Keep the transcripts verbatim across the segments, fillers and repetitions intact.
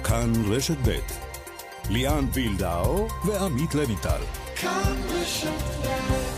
כאן רשת ב' ליאן וילדאו ועמית לויטל. כאן רשת ב'.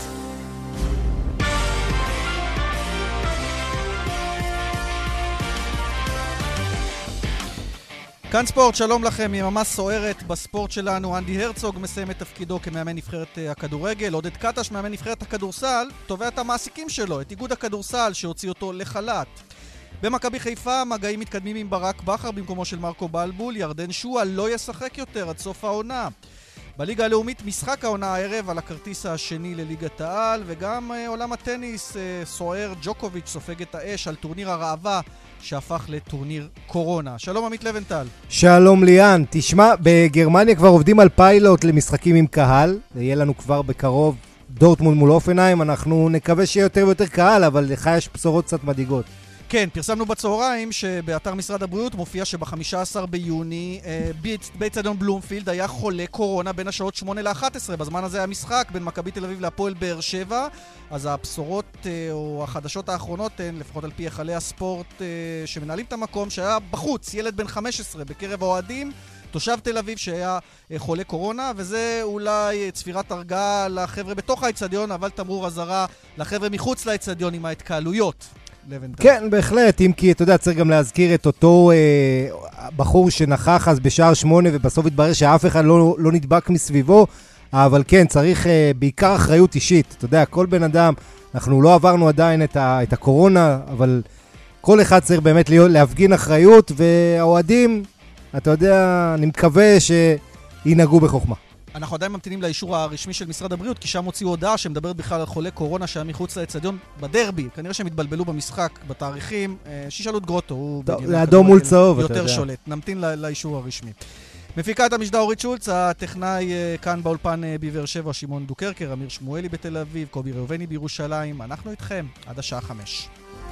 כאן ספורט, שלום לכם, יממה סוערת בספורט שלנו. אנדי הרצוג מסיים את תפקידו כמאמן נבחרת הכדורגל. עודד קטש, מאמן נבחרת הכדורסל, תובע את המעסיקים שלו, את איגוד הכדורסל שהוציא אותו לחל"ת. במכבי חיפה מגעים מתקדמים עם ברק בכר במקומו של מרקו בלבול. ירדן שועה לא ישחק יותר עד סוף העונה. בליגה הלאומית משחק העונה הערב על הכרטיס השני לליגת העל, וגם אה, עולם הטניס אה, סוער. ג'וקוביץ' סופג את האש על טורניר הראווה שהפך לטורניר קורונה. שלום עמית לבנטל. שלום ליאן. תשמע, בגרמניה כבר עובדים על פיילוט למשחקים עם קהל. יהיה לנו כבר בקרוב דורטמונד מול אופנהיים. אנחנו נקווה שיהיה יותר ויותר קהל, אבל לך יש בשורות קצת מדאיגות. כן, פרסמנו בצהריים שבאתר משרד הבריאות מופיע שב-חמישה עשר ביוני באצטדיון בלומפילד היה חולה קורונה בין השעות שמונה לאחת עשרה. בזמן הזה היה משחק בין מכבי תל אביב להפועל באר שבע. אז הבשורות או החדשות האחרונות הן, לפחות על פי היכלי הספורט שמנהלים את המקום, שהיה בחוץ ילד בן חמש עשרה בקרב האוהדים, תושב תל אביב שהיה חולה קורונה, וזה אולי צפירת הרגעה לחבר'ה בתוך האצטדיון, אבל תמרור אזהרה לחבר'ה מחוץ לאצטדיון עם ההתקהלויות. כן, בהחלט, אם כי, אתה יודע, צריך גם להזכיר את אותו אה, בחור שנכח אז בשער שמונה, ובסוף התברר שאף אחד לא, לא נדבק מסביבו, אבל כן, צריך אה, בעיקר אחריות אישית. אתה יודע, כל בן אדם, אנחנו לא עברנו עדיין את, ה, את הקורונה, אבל כל אחד צריך באמת להיות, להפגין אחריות, והאוהדים, אתה יודע, אני מקווה שינהגו בחוכמה. אנחנו עדיין ממתינים לאישור הרשמי של משרד הבריאות, כי שם הוציאו הודעה שמדברת בכלל על חולה קורונה שהיה מחוץ לאצטדיון בדרבי. כנראה שהם התבלבלו במשחק, בתאריכים. שישאלו את גרוטו, הוא זה אדום מול צהוב, אתה יודע. יותר שולט. נמתין לאישור הרשמי. מפיקה את המשדר אורית שולץ, הטכנאי כאן באולפן בבאר שבע, שמעון דוקרקר, אמיר שמואלי בתל אביב, קובי ראובני בירושלים. אנחנו איתכם עד השעה חמש.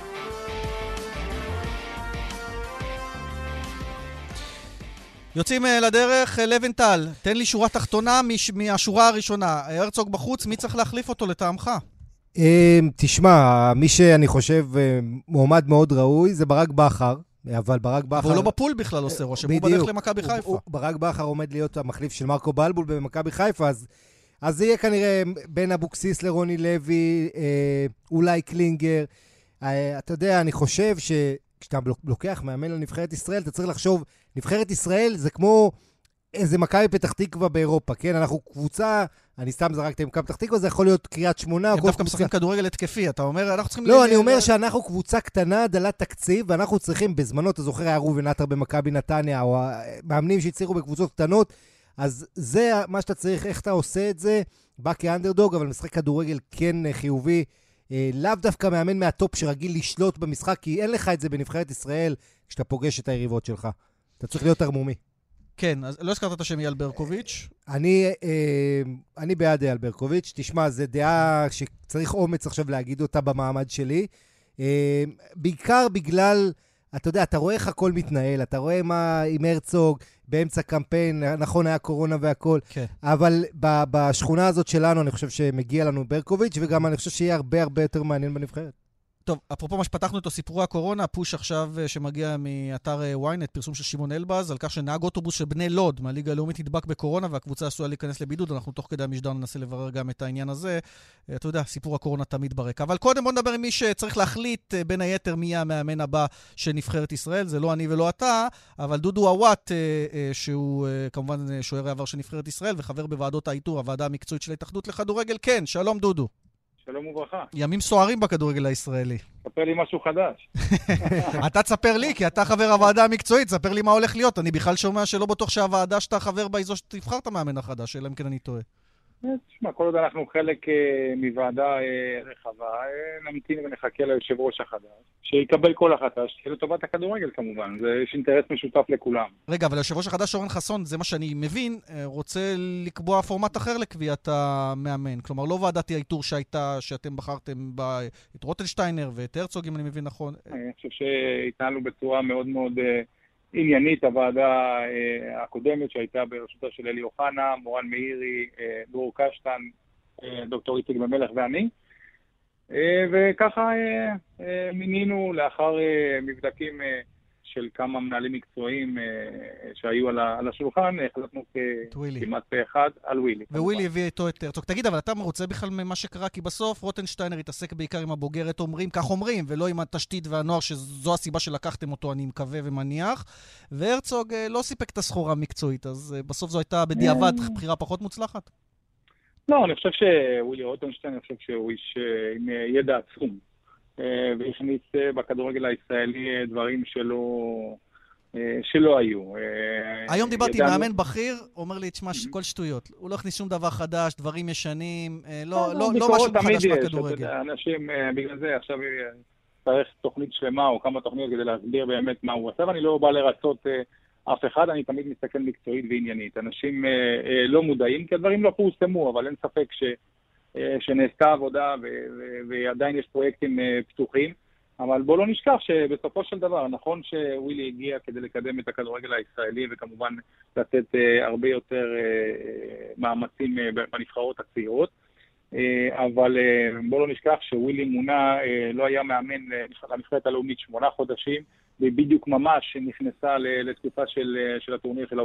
יוצאים לדרך. לבנטל, תן לי שורה תחתונה מהשורה הראשונה. הרצוג בחוץ, מי צריך להחליף אותו לטעמך? תשמע, מי שאני חושב מועמד מאוד ראוי זה ברק בכר, אבל ברק בכר... אבל הוא לא בפול בכלל עושה רושם, הוא בדרך למכבי חיפה. ברק בכר עומד להיות המחליף של מרקו בלבול במכבי חיפה, אז זה יהיה כנראה בין אבוקסיס לרוני לוי, אולי קלינגר. אתה יודע, אני חושב ש... כשאתה לוקח מאמן לנבחרת ישראל, אתה צריך לחשוב, נבחרת ישראל זה כמו איזה מכבי פתח תקווה באירופה, כן? אנחנו קבוצה, אני סתם זרקתי עם מכבי פתח תקווה, זה יכול להיות קריית שמונה. הם דווקא משחקים כדורגל התקפי, אתה אומר, אנחנו צריכים... לא, אני אומר שאנחנו קבוצה קטנה, דלת תקציב, ואנחנו צריכים בזמנו, אתה זוכר, היה ראובן עטר במכבי נתניה, או מאמנים שהצליחו בקבוצות קטנות, אז זה מה שאתה צריך, איך אתה עושה את זה, בא כאנדרדוג, אבל משחק כדורגל כן חיובי, לאו דווקא מאמן מהטופ שרגיל לשלוט במשחק, כי אין לך את זה בנבחרת ישראל כשאתה פוגש את היריבות שלך. אתה צריך להיות הרמומי. כן, אז לא הזכרת את השם אייל ברקוביץ'? אני, אה, אני בעד אייל ברקוביץ'. תשמע, זו דעה שצריך אומץ עכשיו להגיד אותה במעמד שלי. אה, בעיקר בגלל, אתה יודע, אתה רואה איך הכל מתנהל, אתה רואה מה עם הרצוג באמצע קמפיין, נכון היה קורונה והכל, כן. אבל ב- בשכונה הזאת שלנו אני חושב שמגיע לנו ברקוביץ', וגם אני חושב שיהיה הרבה הרבה יותר מעניין בנבחרת. טוב, אפרופו מה שפתחנו איתו סיפורי הקורונה, פוש עכשיו שמגיע מאתר וויינט, פרסום של שמעון אלבז, על כך שנהג אוטובוס של בני לוד מהליגה הלאומית נדבק בקורונה, והקבוצה עשויה להיכנס לבידוד. אנחנו תוך כדי המשדר ננסה לברר גם את העניין הזה. אתה יודע, סיפור הקורונה תמיד ברקע. אבל קודם בוא נדבר עם מי שצריך להחליט בין היתר מי המאמן הבא של נבחרת ישראל. זה לא אני ולא אתה, אבל דודו עוואט, שהוא כמובן שוער העבר של נבחרת ישראל וחבר בוועדות האיתור, הוועדה המקצועית של ההתאחדות לכדורגל. כן, שלום דודו. שלום וברכה. ימים סוערים בכדורגל הישראלי. תספר לי משהו חדש. אתה תספר לי, כי אתה חבר הוועדה המקצועית, תספר לי מה הולך להיות. אני בכלל שומע שלא בטוח שהוועדה שאתה חבר בה היא זו שתבחר את המאמן החדש, אלא אם כן אני טועה. תשמע, כל עוד אנחנו חלק מוועדה רחבה, נמתין ונחכה ליושב ראש החדש, שיקבל כל החלטה, שתהיה לטובת הכדורגל כמובן, יש אינטרס משותף לכולם. רגע, אבל היושב ראש החדש אורן חסון, זה מה שאני מבין, רוצה לקבוע פורמט אחר לקביעת המאמן, כלומר לא ועדת האיתור שהייתה, שאתם בחרתם בה, את רוטנשטיינר ואת הרצוג, אם אני מבין נכון. אני חושב שהתנהלו בצורה מאוד מאוד עניינית הוועדה אה, הקודמת שהייתה בראשותה של אלי אוחנה, מורן מאירי, אה, דרור קשטן, אה, דוקטור איציק במלך ואני. אה, וככה אה, אה, מינינו לאחר אה, מבדקים אה, של כמה מנהלים מקצועיים שהיו על השולחן, החלטנו כמעט פה אחד על ווילי. ווילי הביא איתו את הרצוג. תגיד, אבל אתה מרוצה בכלל ממה שקרה? כי בסוף רוטנשטיינר התעסק בעיקר עם הבוגרת, אומרים, כך אומרים, ולא עם התשתית והנוער, שזו הסיבה שלקחתם אותו, אני מקווה ומניח. והרצוג לא סיפק את הסחורה המקצועית, אז בסוף זו הייתה בדיעבד בחירה פחות מוצלחת? לא, אני חושב שווילי רוטנשטיין, אני חושב שהוא איש עם ידע עצום. והכניס בכדורגל הישראלי דברים שלא, שלא היו. היום דיברתי עם מאמן בכיר, אומר לי, תשמע, כל שטויות. הוא לא הכניס שום דבר חדש, דברים ישנים, לא משהו חדש בכדורגל. אנשים, בגלל זה, עכשיו צריך תוכנית שלמה או כמה תוכניות כדי להסביר באמת מה הוא עשה, ואני לא בא לרצות אף אחד, אני תמיד מסתכל מקצועית ועניינית. אנשים לא מודעים, כי הדברים לא פורסמו, אבל אין ספק ש... שנעשתה עבודה ועדיין יש פרויקטים פתוחים, אבל בוא לא נשכח שבסופו של דבר, נכון שווילי הגיע כדי לקדם את הכדורגל הישראלי וכמובן לתת הרבה יותר מאמצים בנבחרות הצעירות, אבל בוא לא נשכח שווילי מונה, לא היה מאמן לנבחרת הלאומית שמונה חודשים, ובדיוק ממש נכנסה לתקופה של, של הטורניר של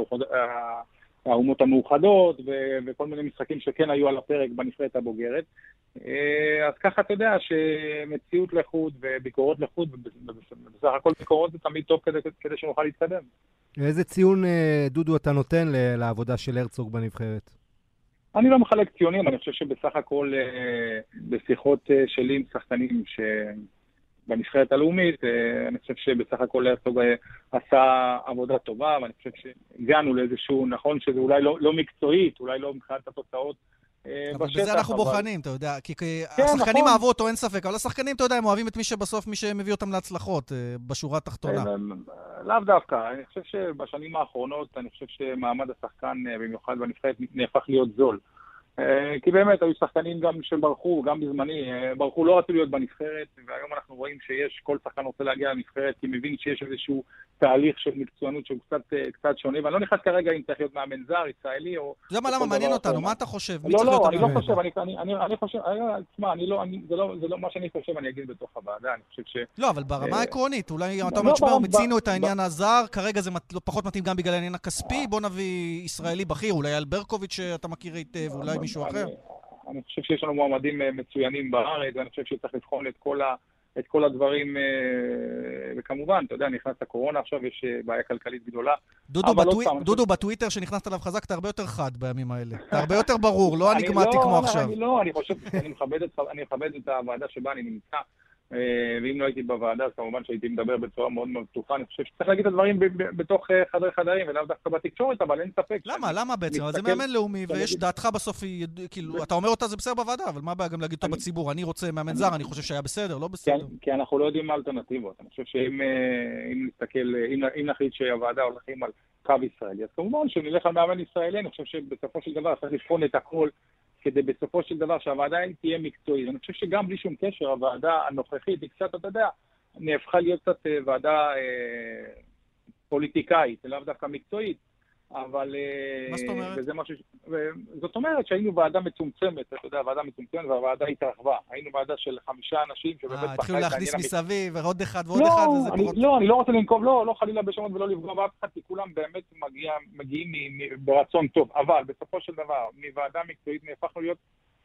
האומות המאוחדות, ו- וכל מיני משחקים שכן היו על הפרק בנבחרת הבוגרת. אז ככה אתה יודע שמציאות לחוד וביקורות לחוד, ובסך הכל ביקורות זה תמיד טוב כדי, כדי שנוכל להתקדם. איזה ציון, דודו, אתה נותן לעבודה של הרצוג בנבחרת? אני לא מחלק ציונים, אני חושב שבסך הכל בשיחות שלי עם שחקנים ש... בנבחרת הלאומית, אני חושב שבסך הכל הרצוג עשה עבודה טובה, ואני חושב שהגענו לאיזשהו, נכון שזה אולי לא, לא מקצועית, אולי לא מבחינת התוצאות בשטח. אבל בזה אנחנו אבל... בוחנים, אתה יודע, כי השחקנים נכון. אהבו אותו, אין ספק, אבל השחקנים, אתה יודע, הם אוהבים את מי שבסוף, מי שמביא אותם להצלחות, בשורה התחתונה. לאו דווקא, אני חושב שבשנים האחרונות, אני חושב שמעמד השחקן, במיוחד בנבחרת, נהפך להיות זול. כי באמת היו שחקנים גם שברחו, גם בזמני, ברחו לא רצו להיות בנבחרת, והיום אנחנו רואים שיש, כל שחקן רוצה להגיע לנבחרת, כי מבין שיש איזשהו תהליך של מקצוענות שהוא קצת, קצת שונה, ואני לא נכנס כרגע אם צריך להיות מאמן זר, ישראלי או... זה מה, למה מעניין אותנו, מה אתה חושב? לא, לא, אני לא חושב, אני חושב, תשמע, זה לא מה שאני חושב, אני אגיד בתוך הוועדה, אני חושב ש... לא, אבל ברמה העקרונית, אולי אתה אומר, תשמע, מצינו את העניין הזר, כרגע זה פחות מתאים גם בגלל העניין הכספי, בוא נביא ישראלי בכיר, אולי אלברקוביץ' שאתה מכיר היטב, אולי מישהו אחר. אני חושב שיש לנו מועמדים מצוינים בארץ, ואני חושב שצריך לבחון את כל ה... את כל הדברים, וכמובן, אתה יודע, נכנס הקורונה, עכשיו יש בעיה כלכלית גדולה. דודו, בטווי... דודו בטוויטר שנכנסת אליו חזק, אתה הרבה יותר חד בימים האלה. אתה הרבה יותר ברור, לא אניגמטי כמו עכשיו. אני לא, אני חושב שאני מכבד את הוועדה שבה אני נמצא, ואם לא הייתי בוועדה, אז כמובן שהייתי מדבר בצורה מאוד מאוד פתוחה. אני חושב שצריך להגיד את הדברים בתוך חדרי חדרים, ולאו דווקא בתקשורת, אבל אין ספק. למה? למה בעצם? אבל זה מאמן לאומי, ויש דעתך בסוף, כאילו, אתה אומר אותה, זה בסדר בוועדה, אבל מה הבעיה גם להגיד אותו בציבור? אני רוצה מאמן זר, אני חושב שהיה בסדר, לא בסדר. כי אנחנו לא יודעים מה האלטרנטיבות. אני חושב שאם נסתכל, אם נחליט שהוועדה הולכים על קו ישראלי, אז כמובן שנלך על מאמן ישראלי, אני חושב שבסופו של דבר צריך לבחון את הכל כדי בסופו של דבר שהוועדה תהיה מקצועית. אני חושב שגם בלי שום קשר, הוועדה הנוכחית היא קצת, אתה יודע, נהפכה להיות קצת ועדה אה, פוליטיקאית, לאו דווקא מקצועית, אבל... מה זאת אומרת? וזה משהו, זאת אומרת שהיינו ועדה מצומצמת, אתה יודע, ועדה מצומצמת והוועדה התרחבה. היינו ועדה של חמישה אנשים שבאמת... אה, התחילו להכניס מסביב, ועוד אחד ועוד אחד, וזה פחות... לא, אני לא רוצה לנקוב, לא, לא חלילה בשמות ולא לפגוע באף אחד, כי כולם באמת מגיעים ברצון טוב. אבל בסופו של דבר, מוועדה מקצועית נהפכנו להיות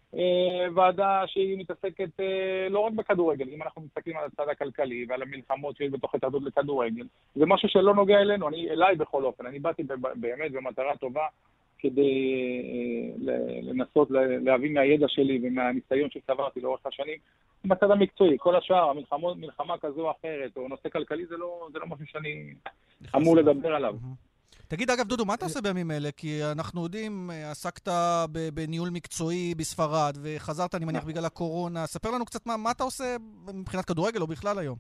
ועדה שהיא מתעסקת לא רק בכדורגל, אם אנחנו מסתכלים על הצד הכלכלי ועל המלחמות שיש בתוך התאחדות לכדורגל, זה משהו שלא נוגע אלינו, אני אליי בכל אופן, אני באתי באמת במטרה טובה כדי לנסות להביא מהידע שלי ומהניסיון שצברתי לאורך השנים בצד המקצועי. כל השאר, המלחמות, מלחמה כזו או אחרת או נושא כלכלי, זה לא, זה לא משהו שאני אמור לדבר עליו. תגיד, אגב, דודו, מה אתה עושה בימים אלה? כי אנחנו יודעים, עסקת בניהול מקצועי בספרד, וחזרת, אני מניח, בגלל הקורונה. ספר לנו קצת מה, מה אתה עושה מבחינת כדורגל או בכלל היום?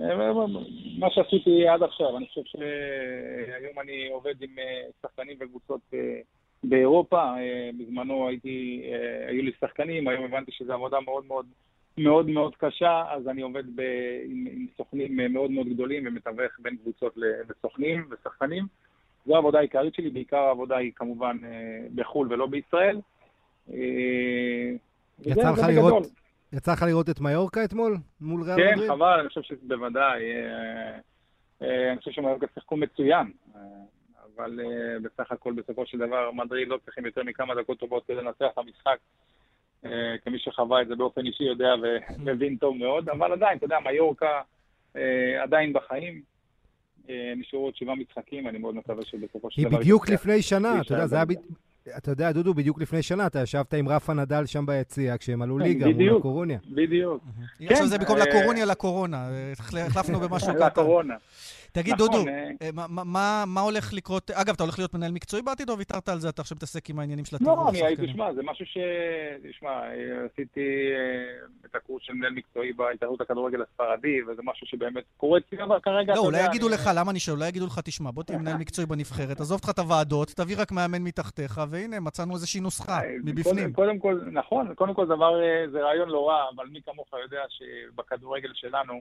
מה שעשיתי עד עכשיו, אני חושב שהיום אני עובד עם שחקנים וקבוצות באירופה. בזמנו הייתי, היו לי שחקנים, היום הבנתי שזו עבודה מאוד מאוד מאוד מאוד קשה, אז אני עובד ב, עם, עם סוכנים מאוד מאוד גדולים ומתווך בין קבוצות לסוכנים ושחקנים. זו העבודה העיקרית שלי, בעיקר העבודה היא כמובן בחול ולא בישראל. יצא לך לראות, יצא לך לראות את מיורקה אתמול מול ריאל מדריד? כן, חבל, אני חושב שבוודאי. אני חושב שהם שיחקו מצוין, אבל בסך הכל בסופו של דבר מדריד לא צריכים יותר מכמה דקות טובות כדי לנצח את המשחק. כמי שחווה את זה באופן אישי יודע ומבין טוב מאוד, אבל עדיין, אתה יודע, מיורקה עדיין בחיים, נשארו עוד שבעה משחקים, אני מאוד מקווה שבסופו של דבר... היא בדיוק לפני שנה, אתה יודע, זה היה... אתה יודע, דודו, בדיוק לפני שנה, אתה ישבת עם רפה נדל שם ביציע, כשהם עלו ליגה מול הקורוניה. בדיוק. עכשיו זה במקום לקורוניה לקורונה, החלפנו במשהו קטן. לקורונה. תגיד, דודו, מה הולך לקרות? אגב, אתה הולך להיות מנהל מקצועי בעתיד, או ויתרת על זה? אתה עכשיו מתעסק עם העניינים של הטירוף? לא, אני הייתי, תשמע, זה משהו ש... תשמע, עשיתי את הקורס של מנהל מקצועי בהתאחדות הכדורגל הספרדי, וזה משהו שבאמת קורה אצלי, אבל כרגע... לא, אולי יגידו לך, למה נשאר? אולי יגידו לך, תשמע, בוא תהיה מנהל מקצועי בנבחרת, עזוב אותך את הוועדות, תביא רק מאמן מתחתיך, והנה, מצאנו איזושהי נוסחה מבפנים. קודם כל, נכון, קודם כל דבר, זה רעיון לא רע, אבל מי כמוך יודע שבכדורגל שלנו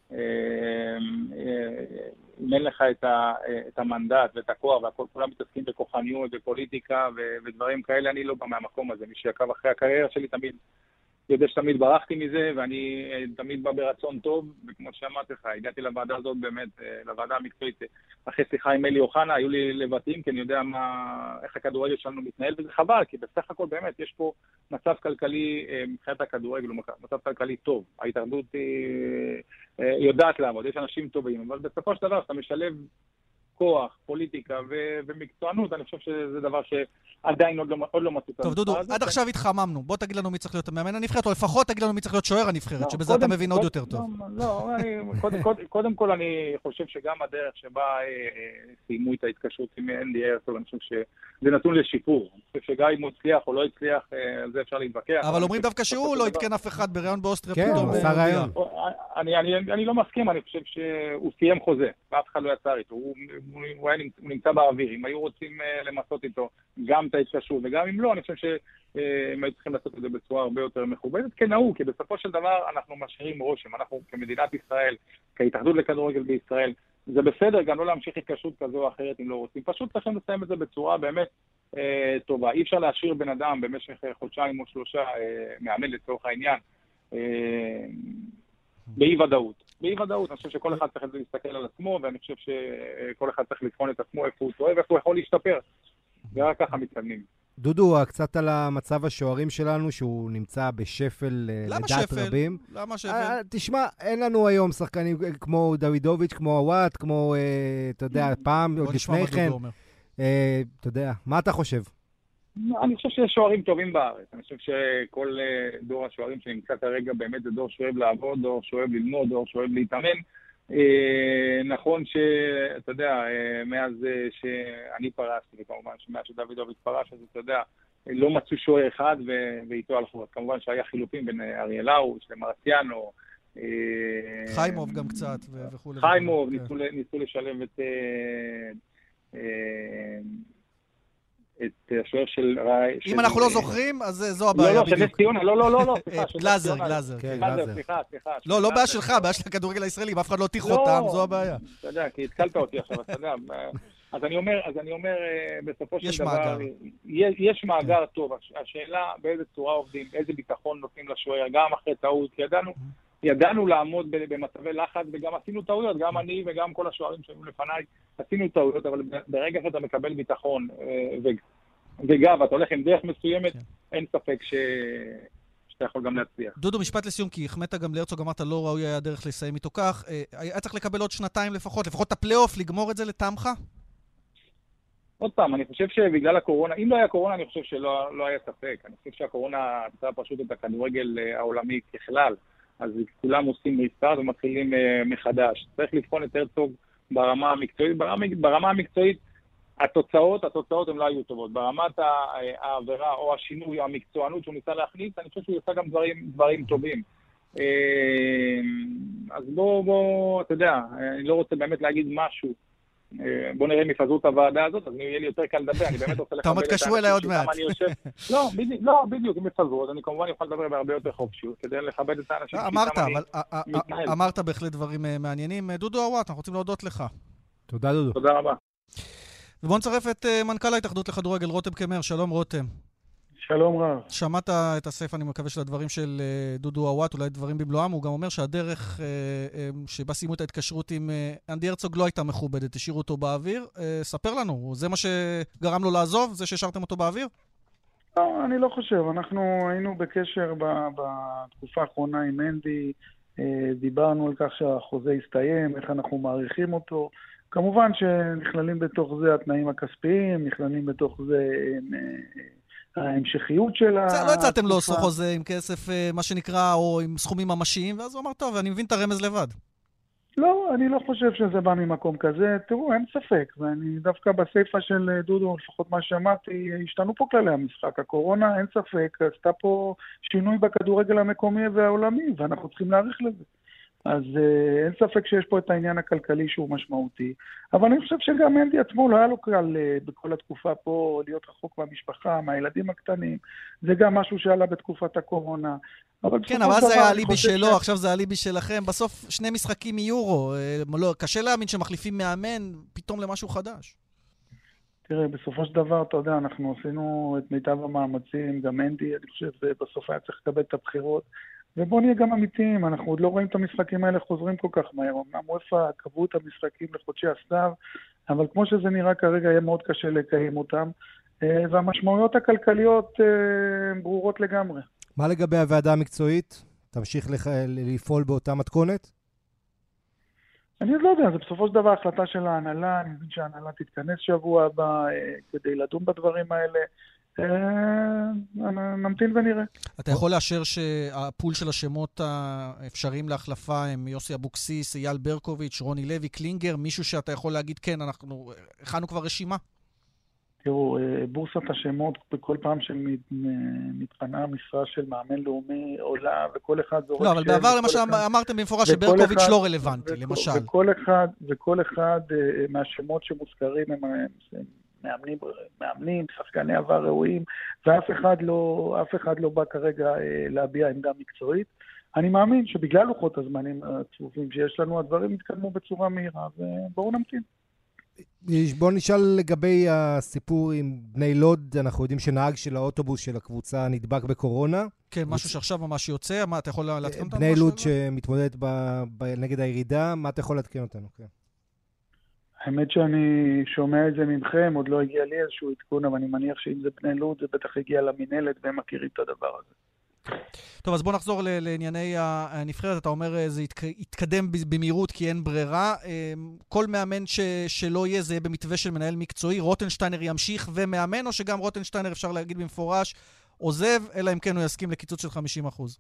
אם אין לך את המנדט ואת הכוח, וכולם מתעסקים בכוחניות ופוליטיקה ודברים כאלה, אני לא בא מהמקום הזה. מי שעקב אחרי הקריירה שלי תמיד יודע שתמיד ברחתי מזה, ואני תמיד בא ברצון טוב, וכמו שאמרתי לך, הגעתי לוועדה הזאת באמת, לוועדה המקצועית, אחרי שיחה עם אלי אוחנה, היו לי לבטים, כי אני יודע מה, איך הכדורגל שלנו מתנהל, וזה חבל, כי בסך הכל באמת יש פה מצב כלכלי, מבחינת הכדורגל, מצב כלכלי טוב. ההתאחדות יודעת לעבוד, יש אנשים טובים, אבל בסופו של דבר, אתה משלב כוח, פוליטיקה ו- ומקצוענות, אני חושב שזה דבר שעדיין עוד לא, עוד לא מצאו. טוב, דודו, עד עכשיו התחממנו. בוא תגיד לנו מי צריך להיות המאמן הנבחרת, או לפחות תגיד לנו מי צריך להיות שוער הנבחרת, לא, שבזה קודם, אתה מבין קודם, עוד יותר טוב. לא, לא אני, קודם, קודם, קודם כל אני חושב שגם הדרך שבה אה, סיימו את ההתקשרות עם אנדי הרצוג, אני חושב שזה נתון לשיפור. אני חושב שגם אם הוא הצליח או לא הצליח, אה, על זה אפשר להתווכח. אבל אומרים דווקא שהוא לא התקן אף אחד בראיון באוסטריה. כן, הוא עשה ראיון. אני, אני, אני לא מסכים, אני חושב שהוא סיים חוזה, ואף אחד לא יצר איתו. הוא, הוא, הוא, הוא נמצא באוויר. אם היו רוצים uh, למסות איתו גם את ההתקשרות, וגם אם לא, אני חושב שהם היו צריכים לעשות את זה בצורה הרבה יותר מכובדת, כנהוג, כי בסופו של דבר אנחנו משאירים רושם. אנחנו כמדינת ישראל, כהתאחדות לכדורגל בישראל, זה בסדר גם לא להמשיך התקשרות כזו או אחרת אם לא רוצים. פשוט צריכים לסיים את זה בצורה באמת uh, טובה. אי אפשר להשאיר בן אדם במשך uh, חודשיים או שלושה uh, מאמן לצורך העניין. Uh, באי ודאות. באי ודאות, אני חושב שכל אחד צריך להסתכל על עצמו, ואני חושב שכל אחד צריך לבחון את עצמו, איפה הוא טועה, ואיפה הוא יכול להשתפר. ורק ככה מתקדמים. דודו, קצת על המצב השוערים שלנו, שהוא נמצא בשפל לדעת רבים. למה שפל? תשמע, אין לנו היום שחקנים כמו דוידוביץ', כמו הוואט, כמו, אתה יודע, פעם, עוד לפני כן. אתה יודע, מה אתה חושב? אני חושב שיש שוערים טובים בארץ. אני חושב שכל דור השוערים שנמצא כרגע באמת זה דור שאוהב לעבוד, דור שאוהב ללמוד, דור שאוהב להתאמן. נכון שאתה יודע, מאז שאני פרשתי, וכמובן שמאז שדוידוביץ' פרש, אז אתה יודע, לא מצאו שוער אחד ואיתו הלכו. כמובן שהיה חילופים בין אריאלאו, מרציאנו, חיימוב גם קצת וכו'. חיימוב, ניסו לשלב את... את השוער של... אם אנחנו לא זוכרים, אז זו הבעיה בדיוק. לא, לא, של ציונה, לא, לא, לא, לא, גלאזר, גלאזר. סליחה, סליחה. לא, לא בעיה שלך, בעיה של הכדורגל הישראלי, אף אחד לא תיך אותם, זו הבעיה. אתה יודע, כי התקלת אותי עכשיו, אתה יודע. אז אני אומר, אז אני אומר, בסופו של דבר, יש מאגר טוב. השאלה באיזה צורה עובדים, איזה ביטחון נותנים לשוער, גם אחרי טעות, כי ידענו, ידענו לעמוד במצבי לחץ, וגם עשינו טעויות, גם אני וגם כל השוערים שהיו לפניי, עשינו טעויות, אבל ברגע שאתה מקבל ביטחון וגב, אתה הולך עם דרך מסוימת, אין ספק שאתה יכול גם להצליח. דודו, משפט לסיום, כי החמאת גם להרצוג, אמרת לא ראוי היה דרך לסיים איתו כך, היה צריך לקבל עוד שנתיים לפחות, לפחות הפלייאוף, לגמור את זה לטעמך? עוד פעם, אני חושב שבגלל הקורונה, אם לא היה קורונה, אני חושב שלא לא היה ספק. אני חושב שהקורונה עשתה פשוט את הכדורגל העולמי ככלל. אז כולם עושים ריסטארט ומתחילים uh, מחדש. צריך לבחון את הרצוג ברמה המקצועית. ברמה, ברמה המקצועית, התוצאות, התוצאות הן לא היו טובות. ברמת העבירה או השינוי, המקצוענות שהוא ניסה להכניס, אני חושב שהוא עושה גם דברים, דברים טובים. Uh, אז בוא, בוא, אתה יודע, אני לא רוצה באמת להגיד משהו. Uh, בוא נראה אם יפזרו את הוועדה הזאת, אז יהיה לי יותר קל לדבר. אני באמת רוצה לכבד את האנשים שאיתם אני יושב. לא, בדיוק, לא, בדיוק, אם יפזרו, אז אני כמובן יכול לדבר בהרבה יותר חופשיות, כדי לכבד את האנשים שאיתם אני מתנהל. אמרת בהחלט דברים מעניינים. דודו הוואט, אנחנו רוצים להודות לך. תודה, דודו. תודה רבה. ובואו נצרף את מנכ"ל ההתאחדות לכדורגל, רותם קמר. שלום, רותם. שלום רב. שמעת את הסף, אני מקווה, של הדברים של דודו עוואט, אולי דברים במלואם, הוא גם אומר שהדרך שבה סיימו את ההתקשרות עם אנדי הרצוג לא הייתה מכובדת, השאירו אותו באוויר. ספר לנו, זה מה שגרם לו לעזוב? זה שהשארתם אותו באוויר? לא, אני לא חושב. אנחנו היינו בקשר בתקופה האחרונה עם אנדי, דיברנו על כך שהחוזה הסתיים, איך אנחנו מעריכים אותו. כמובן שנכללים בתוך זה התנאים הכספיים, נכללים בתוך זה ההמשכיות של התקופה. לא הצעתם לו חוזה עם כסף, מה שנקרא, או עם סכומים ממשיים, ואז הוא אמר, טוב, אני מבין את הרמז לבד. לא, אני לא חושב שזה בא ממקום כזה. תראו, אין ספק, ואני דווקא בסייפה של דודו, לפחות מה שמעתי, השתנו פה כללי המשחק. הקורונה, אין ספק, עשתה פה שינוי בכדורגל המקומי והעולמי, ואנחנו צריכים להעריך לזה. אז אה, אין ספק שיש פה את העניין הכלכלי שהוא משמעותי, אבל אני חושב שגם אנדי עצמו לא היה לו קל אה, בכל התקופה פה להיות רחוק מהמשפחה, מהילדים הקטנים, זה גם משהו שעלה בתקופת הקורונה. אבל כן, אבל אז זה היה הליבי שלו, ש... עכשיו זה הליבי שלכם, בסוף שני משחקים מיורו, אה, לא, קשה להאמין שמחליפים מאמן פתאום למשהו חדש. תראה, בסופו של דבר, אתה יודע, אנחנו עשינו את מיטב המאמצים, גם אנדי, אני חושב, בסוף היה צריך לקבל את הבחירות, ובואו נהיה גם אמיתיים, אנחנו עוד לא רואים את המשחקים האלה חוזרים כל כך מהר. אמנם וופא קבעו את המשחקים לחודשי הסתיו, אבל כמו שזה נראה כרגע, יהיה מאוד קשה לקיים אותם, והמשמעויות הכלכליות ברורות לגמרי. מה לגבי הוועדה המקצועית? תמשיך לפעול באותה מתכונת? אני לא יודע, זה בסופו של דבר החלטה של ההנהלה, אני מבין שההנהלה תתכנס שבוע הבא כדי לדון בדברים האלה, נמתין ונראה. אתה יכול לאשר שהפול של השמות האפשריים להחלפה הם יוסי אבוקסיס, אייל ברקוביץ', רוני לוי, קלינגר, מישהו שאתה יכול להגיד, כן, אנחנו הכנו כבר רשימה? תראו, בורסת השמות, בכל פעם שמתפנה המשרה של מאמן לאומי עולה, וכל אחד זורק... לא, אבל בעבר למשל אמרתם במפורש שברקוביץ' לא רלוונטי, למשל. וכל אחד מהשמות שמוזכרים הם... מאמנים, מאמנים, שחקני עבר ראויים, ואף אחד לא, אף אחד לא בא כרגע אה, להביע עמדה מקצועית. אני מאמין שבגלל לוחות הזמנים הצפופים שיש לנו, הדברים יתקדמו בצורה מהירה, ובואו נמתין. בואו נשאל לגבי הסיפור עם בני לוד, אנחנו יודעים שנהג של האוטובוס של הקבוצה נדבק בקורונה. כן, משהו שעכשיו ממש יוצא, מה אתה יכול להתקן אותנו? בני לוד שמתמודדת נגד הירידה, מה אתה יכול להתקן אותנו? כן. האמת שאני שומע את זה ממכם, עוד לא הגיע לי איזשהו עדכון, אבל אני מניח שאם זה בני לוד, זה בטח הגיע למנהלת, והם מכירים את הדבר הזה. טוב, אז בוא נחזור לענייני הנבחרת. אתה אומר, זה יתקדם במהירות כי אין ברירה. כל מאמן ש, שלא יהיה, זה יהיה במתווה של מנהל מקצועי. רוטנשטיינר ימשיך ומאמן, או שגם רוטנשטיינר אפשר להגיד במפורש, עוזב, אלא אם כן הוא יסכים לקיצוץ של חמישים אחוז.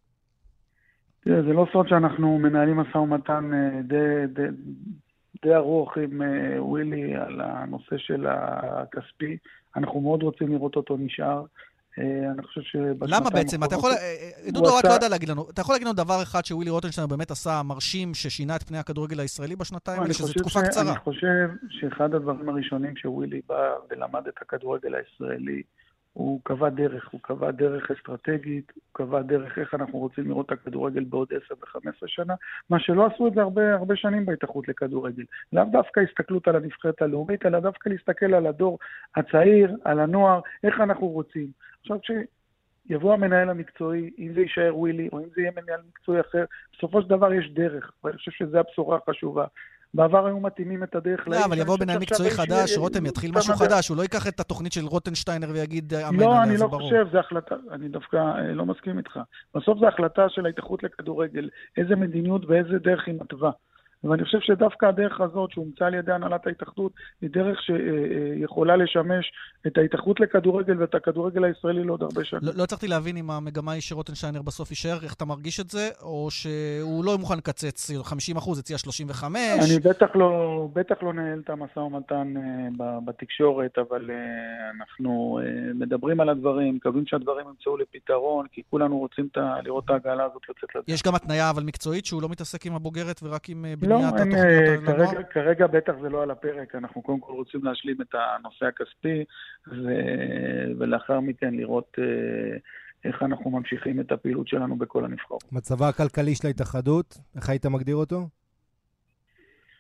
תראה, זה לא סוד שאנחנו מנהלים משא ומתן די... די... די ארוך עם uh, ווילי על הנושא של הכספי. אנחנו מאוד רוצים לראות אותו נשאר. Uh, אני חושב שבשנתיים... למה בעצם? אתה יכול... דודו רק לא יודע להגיד לנו. אתה יכול להגיד לנו דבר אחד שווילי רוטנשטיינר באמת עשה מרשים ששינה את פני הכדורגל הישראלי בשנתיים האלה, שזו תקופה ש... קצרה. אני חושב שאחד הדברים הראשונים שווילי בא ולמד את הכדורגל הישראלי, הוא קבע דרך, הוא קבע דרך אסטרטגית, הוא קבע דרך איך אנחנו רוצים לראות את הכדורגל בעוד עשר וחמש עשרה שנה, מה שלא עשו את זה הרבה, הרבה שנים בהתאחדות לכדורגל. לאו דווקא הסתכלות על הנבחרת הלאומית, אלא דווקא להסתכל על הדור הצעיר, על הנוער, איך אנחנו רוצים. עכשיו כשיבוא המנהל המקצועי, אם זה יישאר ווילי, או אם זה יהיה מנהל מקצועי אחר, בסופו של דבר יש דרך, ואני חושב שזו הבשורה החשובה. בעבר היו מתאימים את הדרך... לא, אבל יבוא בנהל מקצועי חדש, רותם יתחיל משהו חדש, הוא לא ייקח את התוכנית של רוטנשטיינר ויגיד אמן עליה, זה ברור. לא, אני לא חושב, זה החלטה, אני דווקא לא מסכים איתך. בסוף זה החלטה של ההתאחדות לכדורגל, איזה מדיניות ואיזה דרך היא מתווה. ואני חושב שדווקא הדרך הזאת שהומצאה על ידי הנהלת ההתאחדות היא דרך שיכולה לשמש את ההתאחדות לכדורגל ואת הכדורגל הישראלי לעוד הרבה שנים. לא, לא הצלחתי להבין אם המגמה היא שרוטנשטיינר בסוף יישאר, איך אתה מרגיש את זה, או שהוא לא מוכן לקצץ חמישים אחוז, הציע שלושים וחמש. אני בטח לא, בטח לא נהל את המשא ומתן בתקשורת, אבל אנחנו מדברים על הדברים, מקווים שהדברים ימצאו לפתרון, כי כולנו רוצים לראות את העגלה הזאת לצאת לדרך. יש גם התניה אבל מקצועית שהוא לא מתעסק עם הבוגרת ורק עם לא, אין, כרגע, כרגע בטח זה לא על הפרק, אנחנו קודם כל רוצים להשלים את הנושא הכספי, ו... ולאחר מכן לראות איך אנחנו ממשיכים את הפעילות שלנו בכל הנבחרות. מצבה הכלכלי של ההתאחדות, איך היית מגדיר אותו?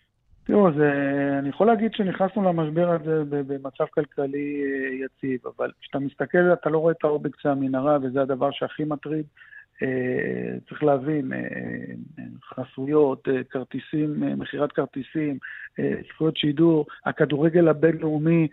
תראו, זה, אני יכול להגיד שנכנסנו למשבר הזה במצב כלכלי יציב, אבל כשאתה מסתכל, אתה לא רואה את האור בקצה המנהרה, וזה הדבר שהכי מטריד. צריך להבין, חסויות, כרטיסים, מחירת כרטיסים, זכויות שידור, הכדורגל הבינלאומי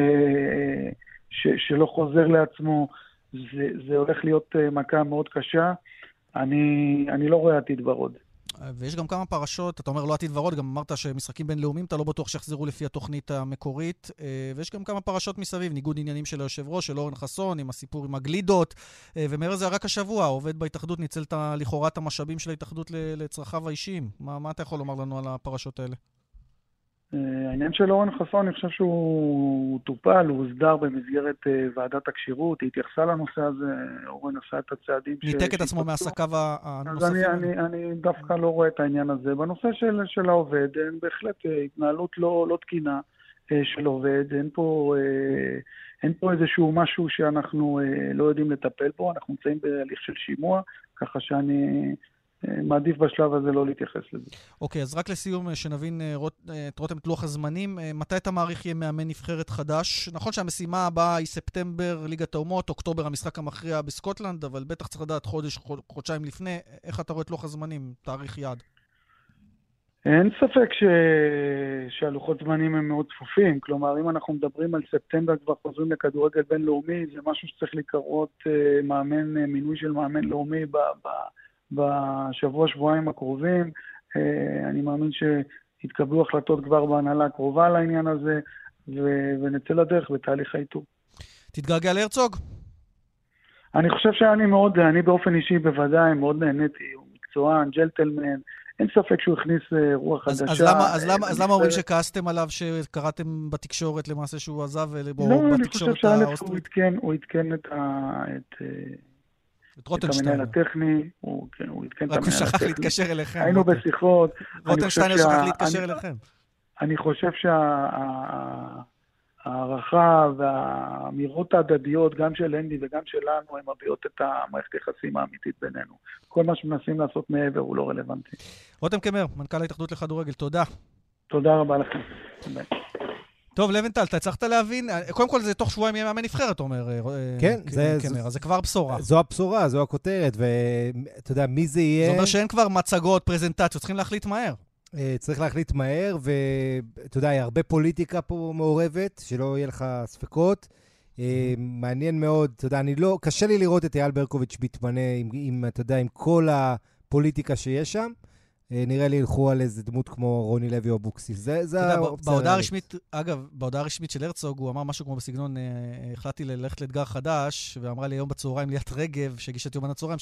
שלא חוזר לעצמו, זה, זה הולך להיות מכה מאוד קשה. אני, אני לא רואה עתיד ורוד. ויש גם כמה פרשות, אתה אומר לא עתיד ורוד, גם אמרת שמשחקים בינלאומיים, אתה לא בטוח שיחזרו לפי התוכנית המקורית, ויש גם כמה פרשות מסביב, ניגוד עניינים של היושב ראש, של אורן חסון, עם הסיפור עם הגלידות, ומעבר זה רק השבוע, העובד בהתאחדות ניצל לכאורה את המשאבים של ההתאחדות לצרכיו האישיים. מה, מה אתה יכול לומר לנו על הפרשות האלה? העניין של אורן חסון, אני חושב שהוא טופל, הוא הוסדר במסגרת ועדת הקשירות, היא התייחסה לנושא הזה, אורן עשה את הצעדים. ניתק את עצמו מעסקיו הנוספים? אז אני, אני, אני דווקא לא רואה את העניין הזה. בנושא של, של העובד, אין בהחלט התנהלות לא, לא תקינה של עובד, אין פה, אין פה איזשהו משהו שאנחנו לא יודעים לטפל בו, אנחנו נמצאים בהליך של שימוע, ככה שאני מעדיף בשלב הזה לא להתייחס לזה. אוקיי, אז רק לסיום, שנבין את רותם את לוח הזמנים, מתי אתה מעריך יהיה מאמן נבחרת חדש? נכון שהמשימה הבאה היא ספטמבר, ליגת האומות, אוקטובר המשחק המכריע בסקוטלנד, אבל בטח צריך לדעת חודש, חודשיים לפני, איך אתה רואה את לוח הזמנים, תאריך יעד? אין ספק ש... שהלוחות זמנים הם מאוד צפופים, כלומר, אם אנחנו מדברים על ספטמבר כבר חוזרים לכדורגל בינלאומי, זה משהו שצריך לקרות מאמן, מינוי של מאמן לאומי ב... ב... בשבוע, שבועיים הקרובים. אני מאמין שהתקבלו החלטות כבר בהנהלה הקרובה לעניין הזה, ו- ונצא לדרך בתהליך האיתור. תתגעגע להרצוג? אני חושב שאני מאוד, אני באופן אישי בוודאי מאוד נהניתי, הוא מקצוען, ג'לטלמן, אין ספק שהוא הכניס רוח אז, חדשה. אז למה, אז למה, אז למה אומרים שכעסתם עליו, שקראתם בתקשורת למעשה שהוא עזב? לא, אני חושב שאלף הוא התקן, הוא התקן את ה... את, את המנהל הטכני, הוא התקן את המנהל הטכני. רק הוא שכח להתקשר אליכם. היינו בשיחות. רוטנשטיינר שכח להתקשר אליכם. אני חושב שהערכה והאמירות ההדדיות, גם של אנדי וגם שלנו, הן מביאות את המערכת היחסים האמיתית בינינו. כל מה שמנסים לעשות מעבר הוא לא רלוונטי. רותם קמר, מנכ"ל ההתאחדות לכדורגל, תודה. תודה רבה לכם. תודה. טוב, לבנטל, אתה הצלחת להבין, קודם כל זה תוך שבועיים יהיה מאמן נבחרת, אתה אומר, כן, אז זה כבר בשורה. זו הבשורה, זו הכותרת, ואתה יודע, מי זה יהיה... זה אומר שאין כבר מצגות, פרזנטציות, צריכים להחליט מהר. צריך להחליט מהר, ואתה יודע, הרבה פוליטיקה פה מעורבת, שלא יהיה לך ספקות. מעניין מאוד, אתה יודע, אני לא, קשה לי לראות את אייל ברקוביץ' מתמנה, עם, אתה יודע, עם כל הפוליטיקה שיש שם. נראה לי ילכו על איזה דמות כמו רוני לוי או אבוקסיס. זה, זה בהודעה הרשמית, אגב, בהודעה הרשמית של הרצוג, הוא אמר משהו כמו בסגנון, החלטתי ללכת לאתגר חדש, ואמרה לי היום בצהריים ליאת רגב, שהגישה את יומן הצהריים,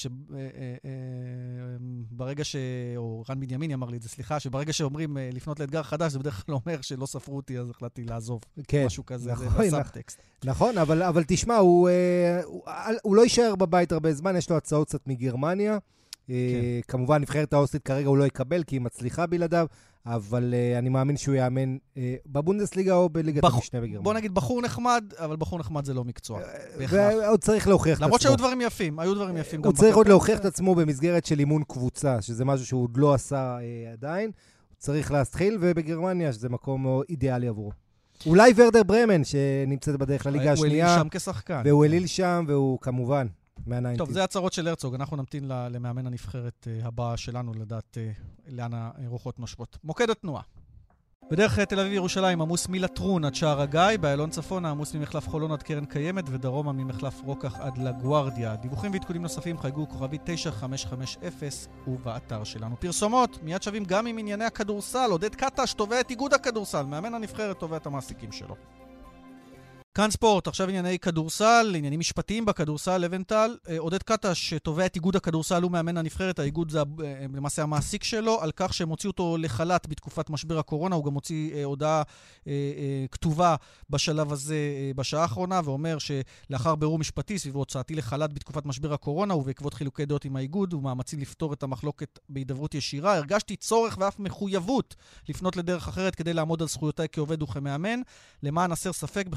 שברגע ש... או רן בנימיני אמר לי את זה, סליחה, שברגע שאומרים לפנות לאתגר חדש, זה בדרך כלל אומר שלא ספרו אותי, אז החלטתי לעזוב. משהו כזה, זה בסאבטקסט. נכון, אבל תשמע, הוא לא יישאר בבית הרבה זמן, יש לו הצעות קצת מגרמניה, כמובן, נבחרת האוסטרית כרגע הוא לא יקבל, כי היא מצליחה בלעדיו, אבל אני מאמין שהוא יאמן בבונדסליגה או בליגת המשנה בגרמניה. בוא נגיד, בחור נחמד, אבל בחור נחמד זה לא מקצוע. ועוד צריך להוכיח את עצמו. למרות שהיו דברים יפים, היו דברים יפים. הוא צריך עוד להוכיח את עצמו במסגרת של אימון קבוצה, שזה משהו שהוא עוד לא עשה עדיין. הוא צריך להתחיל, ובגרמניה, שזה מקום אידיאלי עבורו. אולי ורדר ברמן, שנמצאת בדרך לליגה השנייה. הוא אליל שם כשחקן. והוא אליל שם, והוא כמובן טוב, זה הצהרות של הרצוג. אנחנו נמתין למאמן הנבחרת הבאה שלנו לדעת לאן הרוחות נושבות. מוקד התנועה. בדרך תל אביב ירושלים עמוס מלטרון עד שער הגיא, באיילון צפונה עמוס ממחלף חולון עד קרן קיימת, ודרומה ממחלף רוקח עד לגוארדיה. דיווחים ועדכונים נוספים חייגו כוכבי תשע חמש חמש אפס ובאתר שלנו. פרסומות, מיד שווים גם עם ענייני הכדורסל. עודד קטש תובע את איגוד הכדורסל, מאמן הנבחרת תובע את המעסיקים שלו. כאן ספורט, עכשיו ענייני כדורסל, עניינים משפטיים בכדורסל, לבנטל. עודד קטש תובע את איגוד הכדורסל ומאמן הנבחרת, האיגוד זה למעשה המעסיק שלו, על כך שהם הוציאו אותו לחל"ת בתקופת משבר הקורונה, הוא גם הוציא הודעה כתובה בשלב הזה בשעה האחרונה, ואומר שלאחר בירור משפטי סביב הוצאתי לחל"ת בתקופת משבר הקורונה, ובעקבות חילוקי דעות עם האיגוד, ומאמצים לפתור את המחלוקת בהידברות ישירה, הרגשתי צורך ואף מחויבות לפנות לדרך אחרת כדי לעמוד על זכויותיי כעובד וכמאמן. למען הסר ספק, בכוונתי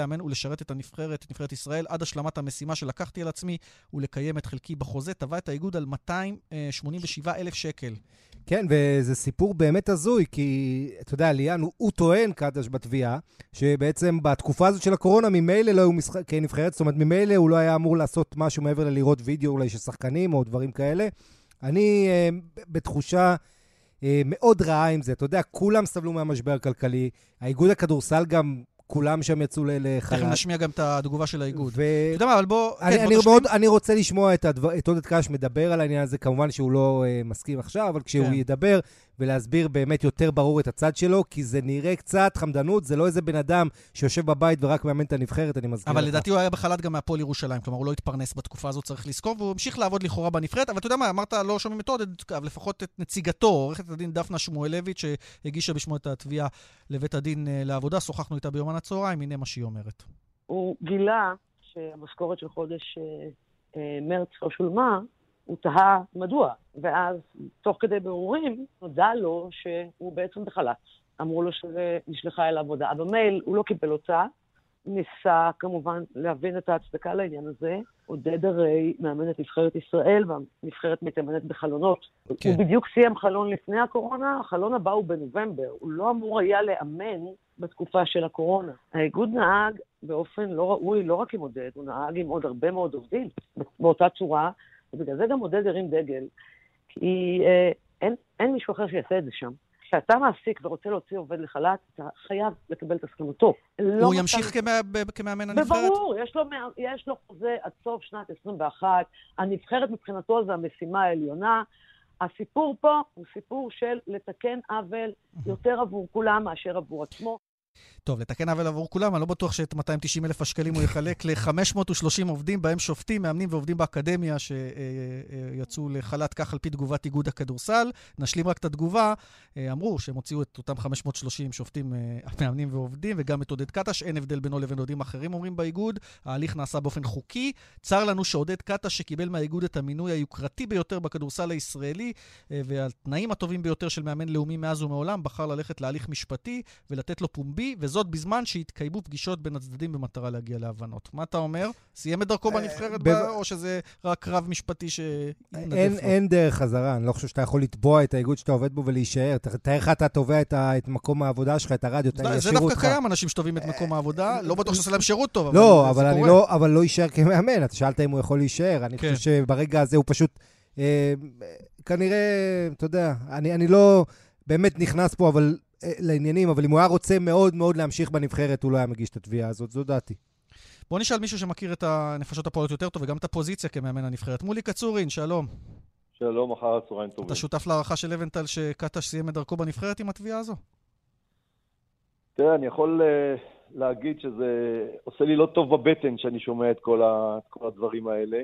לאמן ולשרת את הנבחרת, את נבחרת ישראל, עד השלמת המשימה שלקחתי על עצמי ולקיים את חלקי בחוזה. תבע את האיגוד על מאתיים שמונים ושבעה אלף שקל. כן, וזה סיפור באמת הזוי, כי, אתה יודע, ליאן, הוא, הוא טוען, קדש בתביעה, שבעצם בתקופה הזאת של הקורונה, ממילא לא היו משחקי נבחרת, זאת אומרת, ממילא הוא לא היה אמור לעשות משהו מעבר ללראות וידאו אולי של שחקנים או דברים כאלה. אני אה, בתחושה אה, מאוד רעה עם זה. אתה יודע, כולם סבלו מהמשבר הכלכלי, האיגוד הכדורסל גם... כולם שם יצאו לחל"ת. תכף נשמיע גם את התגובה של האיגוד. ו... אתה יודע מה, אבל בוא... אני, כן, אני, בוא מאוד, אני רוצה לשמוע את, הדבר, את עודד קש מדבר על העניין הזה, כמובן שהוא לא uh, מסכים עכשיו, אבל כשהוא כן. ידבר ולהסביר באמת יותר ברור את הצד שלו, כי זה נראה קצת חמדנות, זה לא איזה בן אדם שיושב בבית ורק מאמן את הנבחרת, אני מזכיר אבל לך. לדעתי הוא היה בחל"ת גם מהפועל ירושלים, כלומר הוא לא התפרנס בתקופה הזאת, צריך לזכור, והוא המשיך לעבוד לכאורה בנבחרת, אבל אתה יודע מה, אמרת לא שומעים את עודד, אבל לפחות את נציגתו, עורכת הדין דפנה שמואלביץ' שהגישה בשמו את התביעה לבית הדין לעבודה, שוחחנו איתה ביומן הצהריים, הנה מה שהיא אומרת. הוא גילה שהמשכורת של חודש אה, אה, מרץ לא שולמה, הוא תהה מדוע, ואז תוך כדי בירורים נודע לו שהוא בעצם בחל"ת. אמרו לו שזה נשלחה אל העבודה. במייל הוא לא קיבל אותה, ניסה כמובן להבין את ההצדקה לעניין הזה. עודד הרי מאמן את נבחרת ישראל, והנבחרת מתאמנת בחלונות. כן. הוא בדיוק סיים חלון לפני הקורונה, החלון הבא הוא בנובמבר. הוא לא אמור היה לאמן בתקופה של הקורונה. האיגוד נהג באופן לא ראוי, לא רק עם עודד, הוא נהג עם עוד הרבה מאוד עובדים באותה צורה, ובגלל זה גם עודד הרים דגל, כי אה, אין, אין מישהו אחר שיעשה את זה שם. כשאתה מעסיק ורוצה להוציא עובד לחל"ת, אתה חייב לקבל את הסכמתו. לא הוא ימשיך כמה, כמאמן הנבחרת? בברור, יש לו, יש לו חוזה עד סוף שנת עשרים ואחת, הנבחרת מבחינתו זה המשימה העליונה, הסיפור פה הוא סיפור של לתקן עוול יותר עבור כולם מאשר עבור עצמו. טוב, לתקן עוול עבור כולם, אני לא בטוח שאת מאתיים ותשעים אלף השקלים הוא יחלק ל-חמש מאות ושלושים עובדים, בהם שופטים, מאמנים ועובדים באקדמיה שיצאו לחל"ת כך על פי תגובת איגוד הכדורסל. נשלים רק את התגובה, אמרו שהם הוציאו את אותם חמש מאות ושלושים שופטים, מאמנים ועובדים, וגם את עודד קטש, אין הבדל בינו לבין עובדים אחרים, אומרים באיגוד. ההליך נעשה באופן חוקי. צר לנו שעודד קטש שקיבל מהאיגוד את המינוי היוקרתי ביותר בכדורסל הישראלי, והתנאים הטובים ביותר של מאמן לאומי מאז ומעולם, בחר ללכת להליך משפטי ולתת לו פומבי, וזאת בזמן שהתקיימו פגישות בין הצדדים במטרה להגיע להבנות. מה אתה אומר? סיים את דרכו בנבחרת בה, או שזה רק קרב משפטי שיתנדף לו? אין דרך חזרה, אני לא חושב שאתה יכול לתבוע את האיגוד שאתה עובד בו ולהישאר. תאר לך אתה תובע את מקום העבודה שלך, את הרדיו, ישירו אותך. זה דווקא קיים, אנשים שתובעים את מקום העבודה, לא בטוח שעושה להם שירות טוב, לא, אבל לא יישאר כמאמן. אתה שאלת אם הוא יכול להישאר. אני חושב שברגע הזה הוא פשוט, כנראה, אתה יודע, אני לא באמת נכנס פה, אבל לעניינים, אבל אם הוא היה רוצה מאוד מאוד להמשיך בנבחרת, הוא לא היה מגיש את התביעה הזאת, זו דעתי. בוא נשאל מישהו שמכיר את הנפשות הפועלות יותר טוב, וגם את הפוזיציה כמאמן הנבחרת. מולי קצורין, שלום. שלום, אחר הצהריים טובים. אתה שותף להערכה של לבנטל שקטש סיים את דרכו בנבחרת עם התביעה הזו? תראה, אני יכול uh, להגיד שזה עושה לי לא טוב בבטן שאני שומע את כל, ה, את כל הדברים האלה,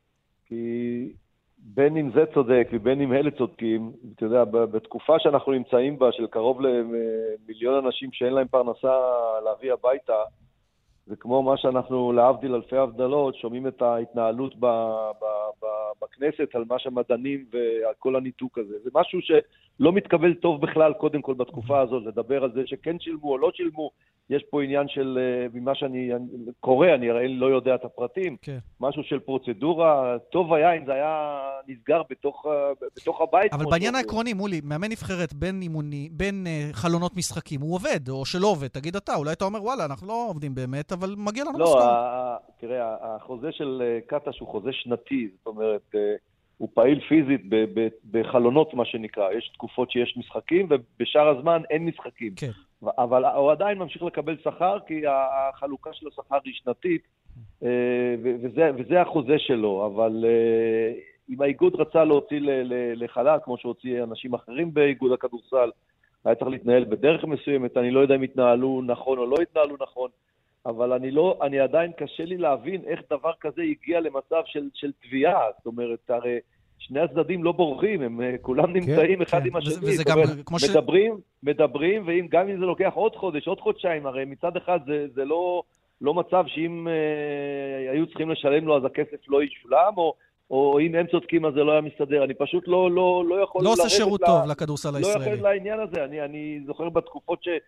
כי בין אם זה צודק ובין אם אלה צודקים, אתה יודע, בתקופה שאנחנו נמצאים בה, של קרוב למיליון אנשים שאין להם פרנסה להביא הביתה, זה כמו מה שאנחנו להבדיל אלפי הבדלות, שומעים את ההתנהלות ב, ב, ב, בכנסת על מה שמדענים ועל כל הניתוק הזה. זה משהו שלא מתקבל טוב בכלל, קודם כל בתקופה הזאת, לדבר על זה שכן שילמו או לא שילמו. יש פה עניין של, ממה שאני קורא, אני הרי לא יודע את הפרטים, okay. משהו של פרוצדורה. טוב היה אם זה היה נסגר בתוך, בתוך הבית. אבל בעניין העקרוני, מולי, מאמן נבחרת בין אימוני, בין uh, חלונות משחקים, הוא עובד או שלא עובד, תגיד אתה, אולי אתה אומר, וואלה, אנחנו לא עובדים באמת, אבל מגיע לנו משכורת. לא, תראה, החוזה של קטש הוא חוזה שנתי, זאת אומרת, הוא פעיל פיזית בחלונות, מה שנקרא. יש תקופות שיש משחקים, ובשאר הזמן אין משחקים. כן. אבל הוא עדיין ממשיך לקבל שכר, כי החלוקה של השכר היא שנתית, וזה, וזה החוזה שלו. אבל אם האיגוד רצה להוציא לחל"ת, כמו שהוציא אנשים אחרים באיגוד הכדורסל, היה צריך להתנהל בדרך מסוימת. אני לא יודע אם התנהלו נכון או לא התנהלו נכון, אבל אני לא, אני עדיין קשה לי להבין איך דבר כזה הגיע למצב של, של תביעה. זאת אומרת, הרי שני הצדדים לא בורחים, הם כולם נמצאים כן, אחד כן. עם השני. וזה גם, אומרת, כמו מדברים, ש... מדברים, ואם גם אם זה לוקח עוד חודש, עוד חודשיים, הרי מצד אחד זה, זה לא, לא מצב שאם אה, היו צריכים לשלם לו, אז הכסף לא ישולם, או, או אם הם צודקים, אז זה לא היה מסתדר. אני פשוט לא, לא, לא יכול... לא עושה שירות לה... טוב לכדורסל הישראלי. לא יכול לעניין הזה. אני, אני זוכר בתקופות ש...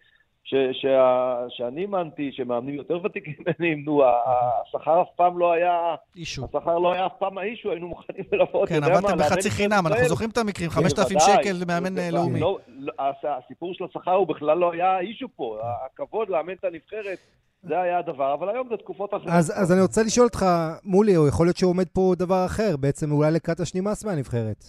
ש, שה, שאני אימנתי, שמאמנים יותר ותיקים ממני אימנו, השכר אף פעם לא היה, אישו. השכר לא היה אף פעם האישו, היינו מוכנים ללפות. כן, עבדתם בחצי חינם, אנחנו זוכרים את המקרים, חמשת אלפים שקל למאמן לאומי. לא, הסיפור של השכר הוא בכלל לא היה אישו פה, הכבוד לאמן את הנבחרת, זה היה הדבר, אבל היום זה תקופות אחרות. אז, אז אני רוצה לשאול אותך, מולי, או יכול להיות שעומד פה דבר אחר, בעצם אולי לקטש נמאס מהנבחרת.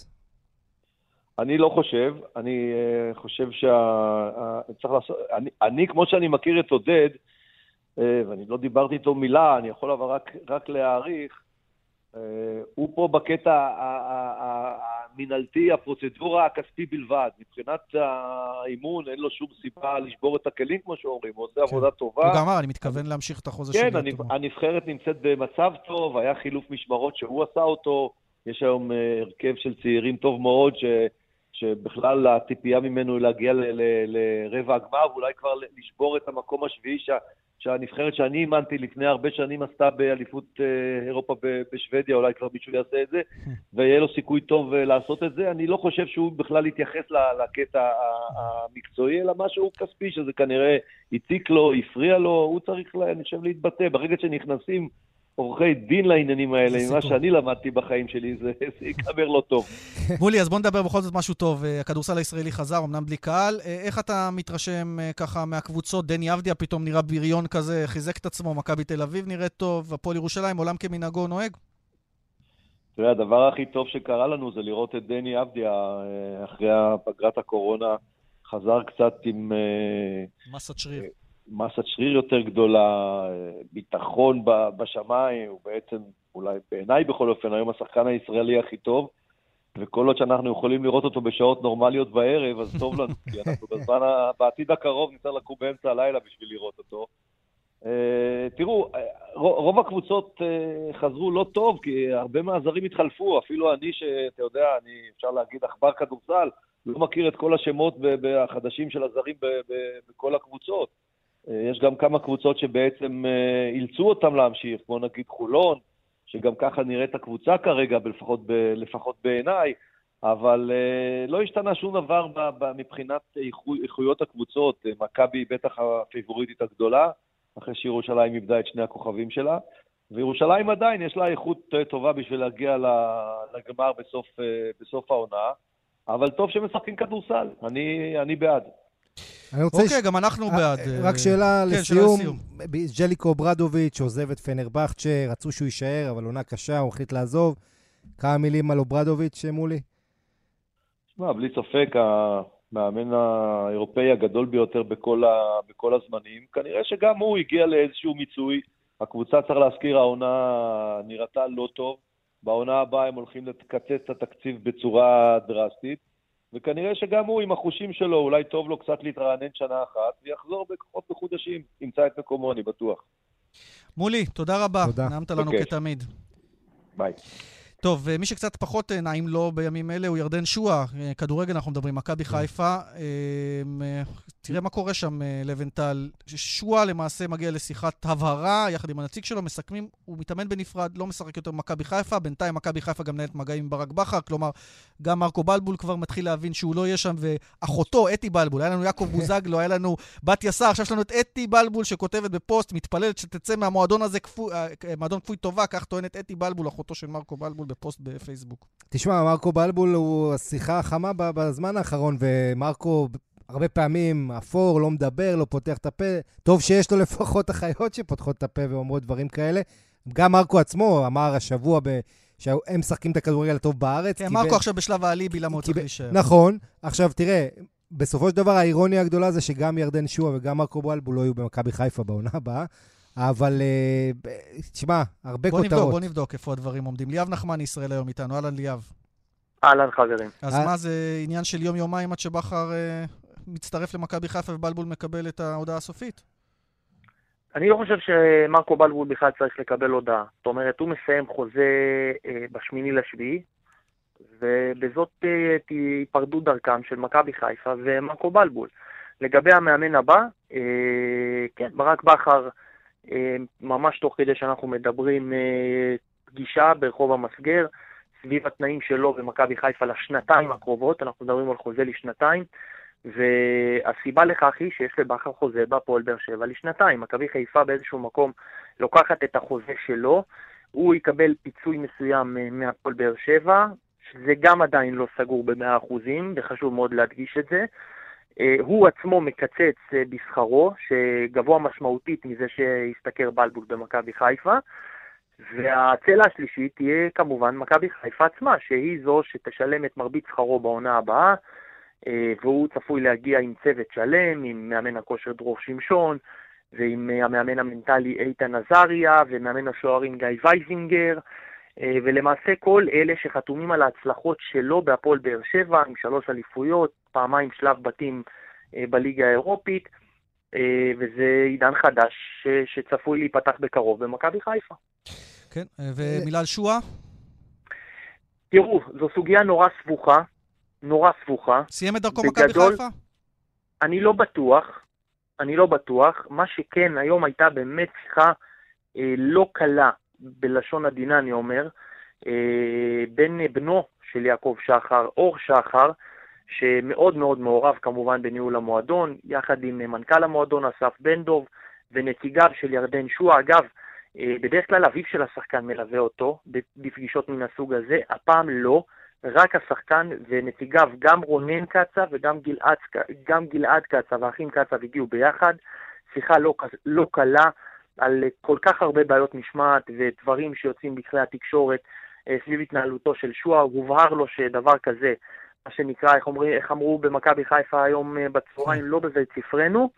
אני לא חושב, אני uh, חושב שצריך לעשות, אני, אני כמו שאני מכיר את עודד, uh, ואני לא דיברתי איתו מילה, אני יכול אבל רק, רק להעריך, uh, הוא פה בקטע המנהלתי, הפרוצדורה הכספי בלבד. מבחינת האימון אין לו שום סיבה לשבור את הכלים, כמו שאומרים, הוא עושה עבודה טובה. הוא גם אמר, אני מתכוון להמשיך את החוזה שלי. שלי. כן, הנבחרת נמצאת במצב טוב, היה חילוף משמרות שהוא עשה אותו, יש היום הרכב של צעירים טוב מאוד, ש... שבכלל הציפייה ממנו היא להגיע ל- ל- לרבע הגמר, ואולי כבר לשבור את המקום השביעי שה- שהנבחרת שאני אימנתי לפני הרבה שנים עשתה באליפות uh, אירופה ב- בשוודיה, אולי כבר מישהו יעשה את זה, ויהיה לו סיכוי טוב uh, לעשות את זה. אני לא חושב שהוא בכלל יתייחס לקטע המקצועי, אלא משהו כספי, שזה כנראה הציק לו, הפריע לו, הוא צריך, אני חושב, להתבטא. ברגע שנכנסים עורכי דין לעניינים האלה, ממה שאני למדתי בחיים שלי, זה יקבר לא טוב. מולי, אז בוא נדבר בכל זאת משהו טוב. הכדורסל הישראלי חזר, אמנם בלי קהל. איך אתה מתרשם ככה מהקבוצות? דני אבדיה פתאום נראה בריון כזה, חיזק את עצמו, מכבי תל אביב נראית טוב, הפועל ירושלים, עולם כמנהגו נוהג? תראה, הדבר הכי טוב שקרה לנו זה לראות את דני אבדיה אחרי פגרת הקורונה, חזר קצת עם מסת שריר. מסת שריר יותר גדולה, ביטחון בשמיים, הוא בעצם, אולי בעיניי בכל אופן, היום השחקן הישראלי הכי טוב, וכל עוד שאנחנו יכולים לראות אותו בשעות נורמליות בערב, אז טוב לנו, כי אנחנו בזמן, בעתיד הקרוב נצטרך לקום באמצע הלילה בשביל לראות אותו. תראו, רוב הקבוצות חזרו לא טוב, כי הרבה מהזרים התחלפו, אפילו אני שאתה יודע, אני אפשר להגיד אכבר כדורסל, לא מכיר את כל השמות החדשים של הזרים בכל הקבוצות. יש גם כמה קבוצות שבעצם אילצו אותם להמשיך, כמו נגיד חולון, שגם ככה נראית הקבוצה כרגע, לפחות, ב, לפחות בעיניי, אבל לא השתנה שום דבר מבחינת איכויות הקבוצות. מכבי בטח הפיבוריטית הגדולה, אחרי שירושלים איבדה את שני הכוכבים שלה, וירושלים עדיין יש לה איכות טובה בשביל להגיע לגמר בסוף, בסוף העונה, אבל טוב שמשחקים כדורסל, אני, אני בעד. אוקיי, גם אנחנו בעד. רק שאלה לסיום, ג'ליקו ברדוביץ' עוזב את פנרבחצ'ה, רצו שהוא יישאר, אבל עונה קשה, הוא החליט לעזוב. כמה מילים על ברדוביץ' מולי? שמע, בלי ספק, המאמן האירופאי הגדול ביותר בכל, ה, בכל הזמנים, כנראה שגם הוא הגיע לאיזשהו מיצוי. הקבוצה, צריך להזכיר, העונה נראתה לא טוב. בעונה הבאה הם הולכים לקצץ את התקציב בצורה דרסטית. וכנראה שגם הוא עם החושים שלו, אולי טוב לו קצת להתרענן שנה אחת, ויחזור בכוחות מחודשים, ימצא את מקומו, אני בטוח. מולי, תודה רבה. תודה. נעמת לנו okay. כתמיד. ביי. טוב, מי שקצת פחות נעים לו בימים אלה הוא ירדן שואה, כדורגל אנחנו מדברים, מכבי חיפה. תראה מה קורה שם, לבנטל. שואה למעשה מגיע לשיחת הבהרה, יחד עם הנציג שלו, מסכמים, הוא מתאמן בנפרד, לא משחק יותר מכבי חיפה, בינתיים מכבי חיפה גם נהלת מגעים עם ברק בכר, כלומר, גם מרקו בלבול כבר מתחיל להבין שהוא לא יהיה שם, ואחותו, אתי בלבול, היה לנו יעקב בוזגלו, היה לנו בת יסר, עכשיו יש לנו את אתי בלבול שכותבת בפוסט, מתפללת שתצא מהמועדון הזה, מועדון כפוי טובה, כך טוענת אתי בלבול, אחותו של מרקו בלבול בפוסט בפייסבוק. תשמע, מרקו בלבול הוא השיחה החמה בזמן האחרון, ומרקו הרבה פעמים אפור, לא מדבר, לא פותח את הפה. טוב שיש לו לפחות החיות שפותחות את הפה ואומרות דברים כאלה. גם מרקו עצמו אמר השבוע ב... שהם משחקים את הכדורגל הטוב בארץ. כן, מרקו ב... עכשיו בשלב האליבי, למה הוא צריך להישאר. נכון. עכשיו, תראה, בסופו של דבר, האירוניה הגדולה זה שגם ירדן שואה וגם מרקו בלבול לא יהיו במכבי חיפה בעונה הבאה. אבל, תשמע, הרבה בוא כותרות. נבדוק, בוא נבדוק איפה הדברים עומדים. ליאב נחמן ישראל היום איתנו. אהלן ליאב. אהלן חברים. אז מה זה עניין של יום-יומיים עד שבכר מצטרף למכבי חיפה ובלבול מקבל את ההודעה הסופית? אני לא חושב שמרקו בלבול בכלל צריך לקבל הודעה. זאת אומרת, הוא מסיים חוזה בשמיני לשביעי, ובזאת תיפרדו דרכם של מכבי חיפה ומרקו בלבול. לגבי המאמן הבא, כן, ברק בכר, ממש תוך כדי שאנחנו מדברים פגישה ברחוב המסגר, סביב התנאים שלו במכבי חיפה לשנתיים הקרובות, אנחנו מדברים על חוזה לשנתיים, והסיבה לכך היא שיש לבכר חוזה בהפועל באר שבע לשנתיים. מכבי חיפה באיזשהו מקום לוקחת את החוזה שלו, הוא יקבל פיצוי מסוים מהפועל באר שבע, שזה גם עדיין לא סגור ב-מאה אחוזים, וחשוב מאוד להדגיש את זה. הוא עצמו מקצץ בשכרו, שגבוה משמעותית מזה שהסתכר בלבול במכבי חיפה, והצלע השלישית תהיה כמובן מכבי חיפה עצמה, שהיא זו שתשלם את מרבית שכרו בעונה הבאה, והוא צפוי להגיע עם צוות שלם, עם מאמן הכושר דרור שמשון, ועם המאמן המנטלי איתן עזריה, ומאמן השוערים גיא וייזינגר, ולמעשה כל אלה שחתומים על ההצלחות שלו בהפועל באר שבע, עם שלוש אליפויות, פעמיים שלב בתים בליגה האירופית, וזה עידן חדש שצפוי להיפתח בקרוב במכבי חיפה. כן, ומילה על שואה? תראו, זו סוגיה נורא סבוכה, נורא סבוכה. סיים את דרכו מכבי חיפה? אני לא בטוח, אני לא בטוח. מה שכן, היום הייתה באמת שיחה אה, לא קלה, בלשון עדינה אני אומר, אה, בין בנו של יעקב שחר, אור שחר, שמאוד מאוד מעורב כמובן בניהול המועדון, יחד עם מנכ"ל המועדון אסף בן דוב, ונציגיו של ירדן שואה. אגב, אה, בדרך כלל אביו של השחקן מלווה אותו, בפגישות מן הסוג הזה, הפעם לא, רק השחקן ונציגיו, גם רונן קצה וגם גלעד, גם גלעד קצה והאחים קצה הגיעו ביחד, שיחה לא, לא קלה על כל כך הרבה בעיות משמעת ודברים שיוצאים בכלי התקשורת סביב התנהלותו של שואה. הובהר לו שדבר כזה, מה שנקרא, איך, אומר, איך אמרו במכבי חיפה היום בצהריים, לא בבית ספרנו,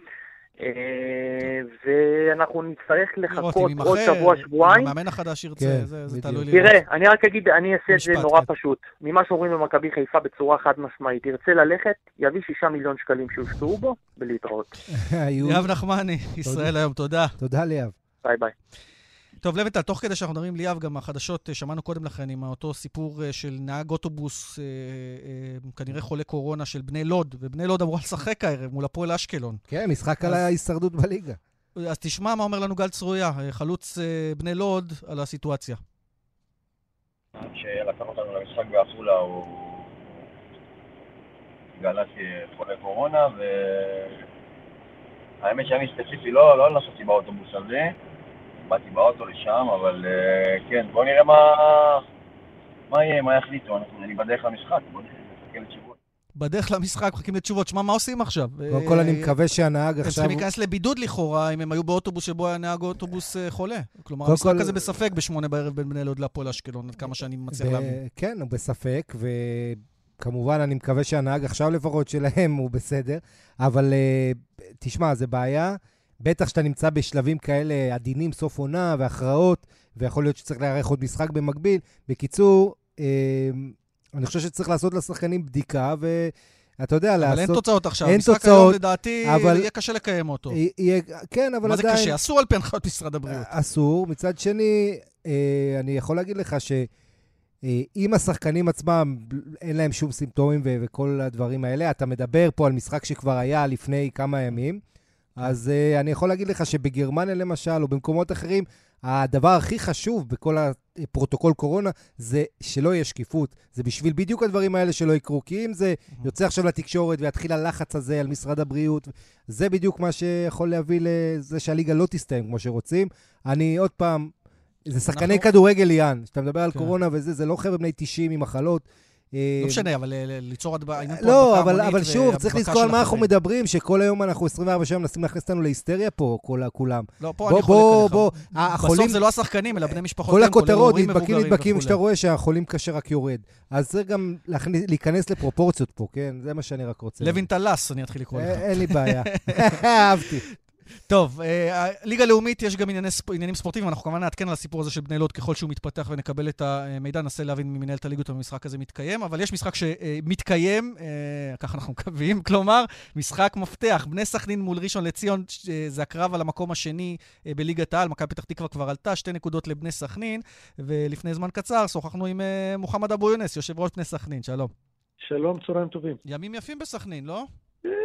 ואנחנו נצטרך לחכות עוד שבוע, שבועיים. אם המאמן החדש ירצה, זה תלוי לי. תראה, אני רק אגיד, אני אעשה את זה נורא פשוט. ממה שאומרים במכבי חיפה בצורה חד משמעית, ירצה ללכת, יביא שישה מיליון שקלים שהושקעו בו, ולהתראות. ליאב נחמני, ישראל היום, תודה. תודה ליאב. ביי ביי. טוב, לויטל, תוך כדי שאנחנו מדברים ליאב, גם החדשות, שמענו קודם לכן עם אותו סיפור של נהג אוטובוס, כנראה חולה קורונה של בני לוד, ובני לוד אמרו לשחק הערב מול הפועל אשקלון. כן, משחק על ההישרדות בליגה. אז תשמע מה אומר לנו גל צרויה, חלוץ בני לוד, על הסיטואציה. שלקח אותנו למשחק בעפולה, הוא גלה שחולה קורונה, והאמת שאני ספציפי לא, לא נסעתי באוטובוס הזה, באתי באוטו לשם, אבל כן, בוא נראה מה, מה יהיה, מה יחליטו. אני בדרך למשחק, בוא נחכה לתשובות. בדרך למשחק, מחכים לתשובות. שמה, מה עושים עכשיו? קודם כל אני מקווה שהנהג עכשיו... הם צריכים להיכנס לבידוד לכאורה, אם הם היו באוטובוס שבו היה נהג אוטובוס חולה. כלומר, המשחק הזה בספק בשמונה בערב בין בני לוד להפועל אשקלון, עד כמה שאני מצליח להבין. כן, הוא בספק, וכמובן אני מקווה שהנהג עכשיו לפחות שלהם הוא בסדר, אבל תשמע, זה בעיה. בטח שאתה נמצא בשלבים כאלה עדינים, סוף עונה והכרעות, ויכול להיות שצריך להערך עוד משחק במקביל. בקיצור, אה, אני חושב שצריך לעשות לשחקנים בדיקה, ואתה יודע, אבל לעשות... אבל אין תוצאות עכשיו. אין משחק תוצאות, היום לדעתי אבל... יהיה קשה לקיים אותו. יהיה... כן, אבל מה עדיין... מה זה קשה? אסור על פי הנחיות משרד הבריאות. אסור. מצד שני, אה, אני יכול להגיד לך ש... אם השחקנים עצמם אין להם שום סימפטומים ו- וכל הדברים האלה, אתה מדבר פה על משחק שכבר היה לפני כמה ימים, אז uh, אני יכול להגיד לך שבגרמניה למשל, או במקומות אחרים, הדבר הכי חשוב בכל הפרוטוקול קורונה, זה שלא יהיה שקיפות. זה בשביל בדיוק הדברים האלה שלא יקרו, כי אם זה יוצא עכשיו לתקשורת ויתחיל הלחץ הזה על משרד הבריאות, זה בדיוק מה שיכול להביא לזה שהליגה לא תסתיים כמו שרוצים. אני עוד פעם, זה שחקני אנחנו... כדורגל ליאן, שאתה מדבר על כן. קורונה וזה, זה לא חבר'ה בני תשעים עם מחלות, לא משנה, אבל ליצור הדבקה... לא, אבל שוב, צריך לזכור על מה אנחנו מדברים, שכל היום אנחנו עשרים וארבע שעות מנסים להכניס אותנו להיסטריה פה, כולם. לא, פה אני חולק עליך. בסוף זה לא השחקנים, אלא בני משפחות. כל הכותרות, נדבקים, נדבקים, שאתה רואה שהחולים קשה רק יורד. אז צריך גם להיכנס לפרופורציות פה, כן? זה מה שאני רק רוצה. לוין טלס, אני אתחיל לקרוא לך. אין לי בעיה. אהבתי. טוב, ליגה לאומית יש גם עניינים ספורטיביים, אנחנו כמובן נעדכן על הסיפור הזה של בני לוד ככל שהוא מתפתח ונקבל את המידע, ננסה להבין ממנהלת הליגות המשחק הזה מתקיים, אבל יש משחק שמתקיים, ככה אנחנו מקווים, כלומר, משחק מפתח, בני סכנין מול ראשון לציון, זה הקרב על המקום השני בליגת העל, מכבי פתח תקווה כבר עלתה, שתי נקודות לבני סכנין, ולפני זמן קצר שוחחנו עם מוחמד אבו יונס, יושב ראש בני סכנין, שלום. שלום, צהריים טובים. ימים יפים בסכנין, לא?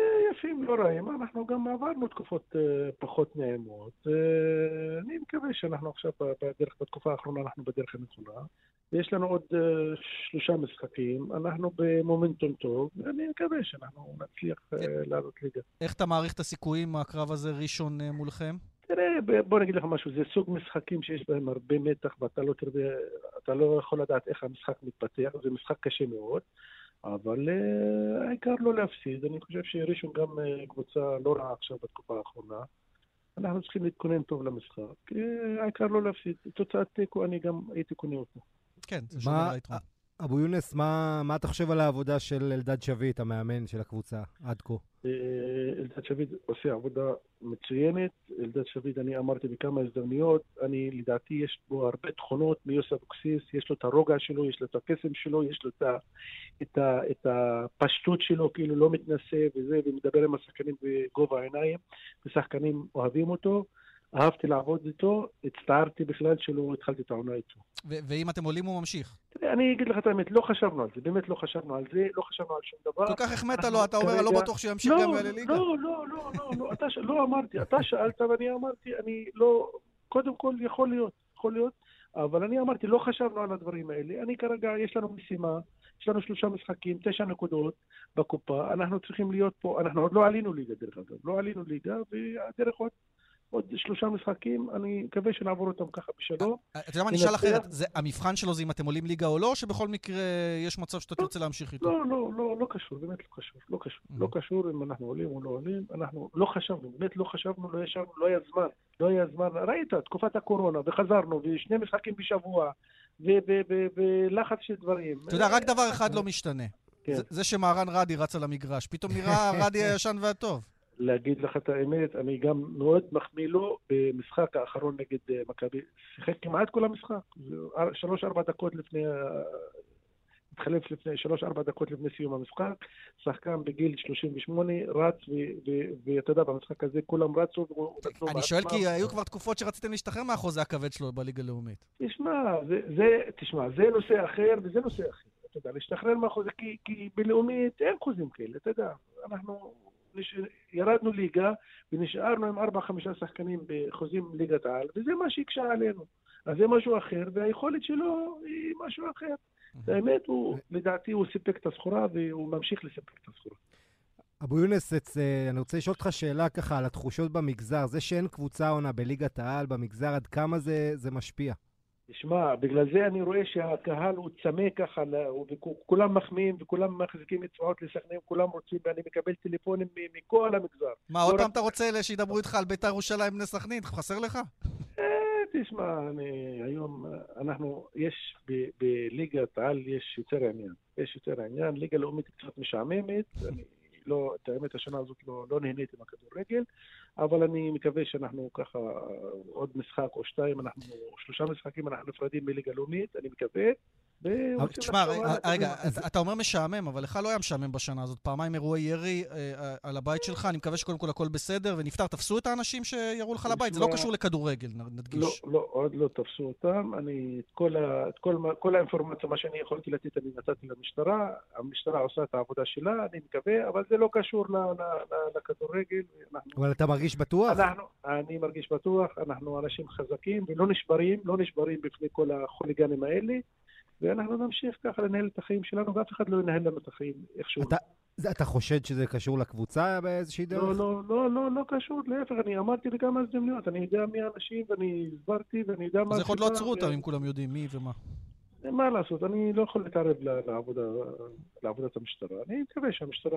חילופים לא רעים, אנחנו גם עברנו תקופות פחות נעימות. אני מקווה שאנחנו עכשיו בדרך, בתקופה האחרונה אנחנו בדרך הנכונה. ויש לנו עוד שלושה משחקים, אנחנו במומנטום טוב, ואני מקווה שאנחנו נצליח לעלות ליגה. איך אתה מעריך את הסיכויים מהקרב הזה ראשון מולכם? תראה, בוא נגיד לך משהו, זה סוג משחקים שיש בהם הרבה מתח, ואתה לא תראה, אתה לא יכול לדעת איך המשחק מתפתח, זה משחק קשה מאוד. אבל uh, העיקר לא להפסיד. אני חושב שראשון גם uh, קבוצה לא רעה עכשיו בתקופה האחרונה. אנחנו צריכים להתכונן טוב למשחק. Uh, העיקר לא להפסיד. תוצאת תיקו, אני גם הייתי קונה אותה. כן, זה שומר על היתרון. אבו יונס, מה, מה אתה חושב על העבודה של אלדד שביט, המאמן של הקבוצה, עד כה? אלדד שביט עושה עבודה מצוינת. אלדד שביט, אני אמרתי בכמה הזדמנויות, אני לדעתי יש בו הרבה תכונות מיוסף אבוקסיס, יש לו את הרוגע שלו, יש לו את הקסם שלו, יש לו את, ה, את, ה, את הפשטות שלו, כאילו לא מתנסה וזה, ומדבר עם השחקנים בגובה העיניים, ושחקנים אוהבים אותו. אהבתי לעבוד איתו, הצטערתי בכלל שלא התחלתי את העונה איתו. ואם אתם עולים הוא ממשיך? אני אגיד לך את האמת, לא חשבנו על זה, באמת לא חשבנו על זה, לא חשבנו על שום דבר. כל כך החמאת לו, אתה אומר, לא בטוח שימשיך גם לליגה. לא, לא, לא, לא, לא אמרתי, אתה שאלת ואני אמרתי, אני לא, קודם כל יכול להיות, יכול להיות, אבל אני אמרתי, לא חשבנו על הדברים האלה, אני כרגע, יש לנו משימה, יש לנו שלושה משחקים, תשע נקודות בקופה, אנחנו צריכים להיות פה, אנחנו עוד לא עלינו ליגה דרך אגב, לא עלינו ליגה, והדרך עוד עוד שלושה משחקים, אני מקווה שנעבור אותם ככה בשלום. אתה יודע מה, נשאל אחרת, המבחן שלו זה אם אתם עולים ליגה או לא, או שבכל מקרה יש מצב שאתה תרצה להמשיך איתו? לא, לא, לא, לא קשור, באמת לא קשור, לא קשור. לא קשור אם אנחנו עולים או לא עולים, אנחנו לא חשבנו, באמת לא חשבנו, לא ישבנו, לא היה זמן, לא היה זמן. ראית, תקופת הקורונה, וחזרנו, ושני משחקים בשבוע, ולחץ של דברים. אתה יודע, רק דבר אחד לא משתנה. זה שמהרן רדי רץ על המגרש. פתאום נראה רדי הישן והטוב. להגיד לך את האמת, אני גם מאוד מחמיא לו במשחק האחרון נגד מכבי. שיחק כמעט כל המשחק. שלוש ארבע דקות לפני, התחלף לפני, שלוש ארבע דקות לפני סיום המשחק. שחקן בגיל שלושים ושמונה, רץ, ואתה יודע, במשחק הזה כולם רצו. אני שואל כי היו כבר תקופות שרציתם להשתחרר מהחוזה הכבד שלו בליגה הלאומית. תשמע, תשמע, זה נושא אחר וזה נושא אחר. אתה יודע, להשתחרר מהחוזה, כי בלאומית אין חוזים כאלה, אתה יודע. אנחנו ירדנו ליגה ונשארנו עם ארבע חמישה שחקנים בחוזים ליגת העל, וזה מה שהקשה עלינו. אז זה משהו אחר, והיכולת שלו היא משהו אחר. באמת, לדעתי הוא סיפק את הסחורה, והוא ממשיך לספק את הסחורה. אבו יונס, אני רוצה לשאול אותך שאלה ככה על התחושות במגזר. זה שאין קבוצה עונה בליגת העל במגזר, עד כמה זה, זה משפיע? תשמע, בגלל זה אני רואה שהקהל הוא צמא ככה, וכולם מחמיאים וכולם מחזיקים אצבעות לסכנין, כולם רוצים, ואני מקבל טלפונים מכל המגזר. מה, עוד פעם אתה רוצה שידברו איתך על בית"ר ירושלים בני סכנין? חסר לך? תשמע, היום אנחנו, יש בליגת העל, יש יותר עניין. יש יותר עניין, ליגה לאומית קצת משעממת, אני לא, את האמת השנה הזאת לא, לא נהנית עם הכדורגל, אבל אני מקווה שאנחנו ככה עוד משחק או שתיים, אנחנו שלושה משחקים, אנחנו נפרדים בליגה לאומית, אני מקווה. תשמע, רגע, אתה אומר משעמם, אבל לך לא היה משעמם בשנה הזאת, פעמיים אירועי ירי על הבית שלך, אני מקווה שקודם כל הכל בסדר ונפטר, תפסו את האנשים שירו לך לבית, זה לא קשור לכדורגל, נדגיש. לא, לא, עוד לא תפסו אותם, אני, את כל האינפורמציה, מה שאני יכולתי לתת, אני נתתי למשטרה, המשטרה עושה את העבודה שלה, אני מקווה, אבל זה לא קשור לכדורגל. אבל אתה מרגיש בטוח? אני מרגיש בטוח, אנחנו אנשים חזקים ולא נשברים, לא נשברים בפני כל החוליגנים האלה, ואנחנו נמשיך ככה לנהל את החיים שלנו, ואף אחד לא ינהל לנו את החיים איכשהו. אתה, אתה חושד שזה קשור לקבוצה באיזושהי דרך? לא, לא, לא, לא, לא קשור, להפך, אני אמרתי לכמה הזדמנויות, אני יודע מי האנשים, ואני הסברתי, ואני יודע מה... אז יכול לא עצרו אותם אם כולם יודעים מי ומה. מה לעשות, אני לא יכול להתערב לעבודה, לעבודת המשטרה. אני מקווה שהמשטרה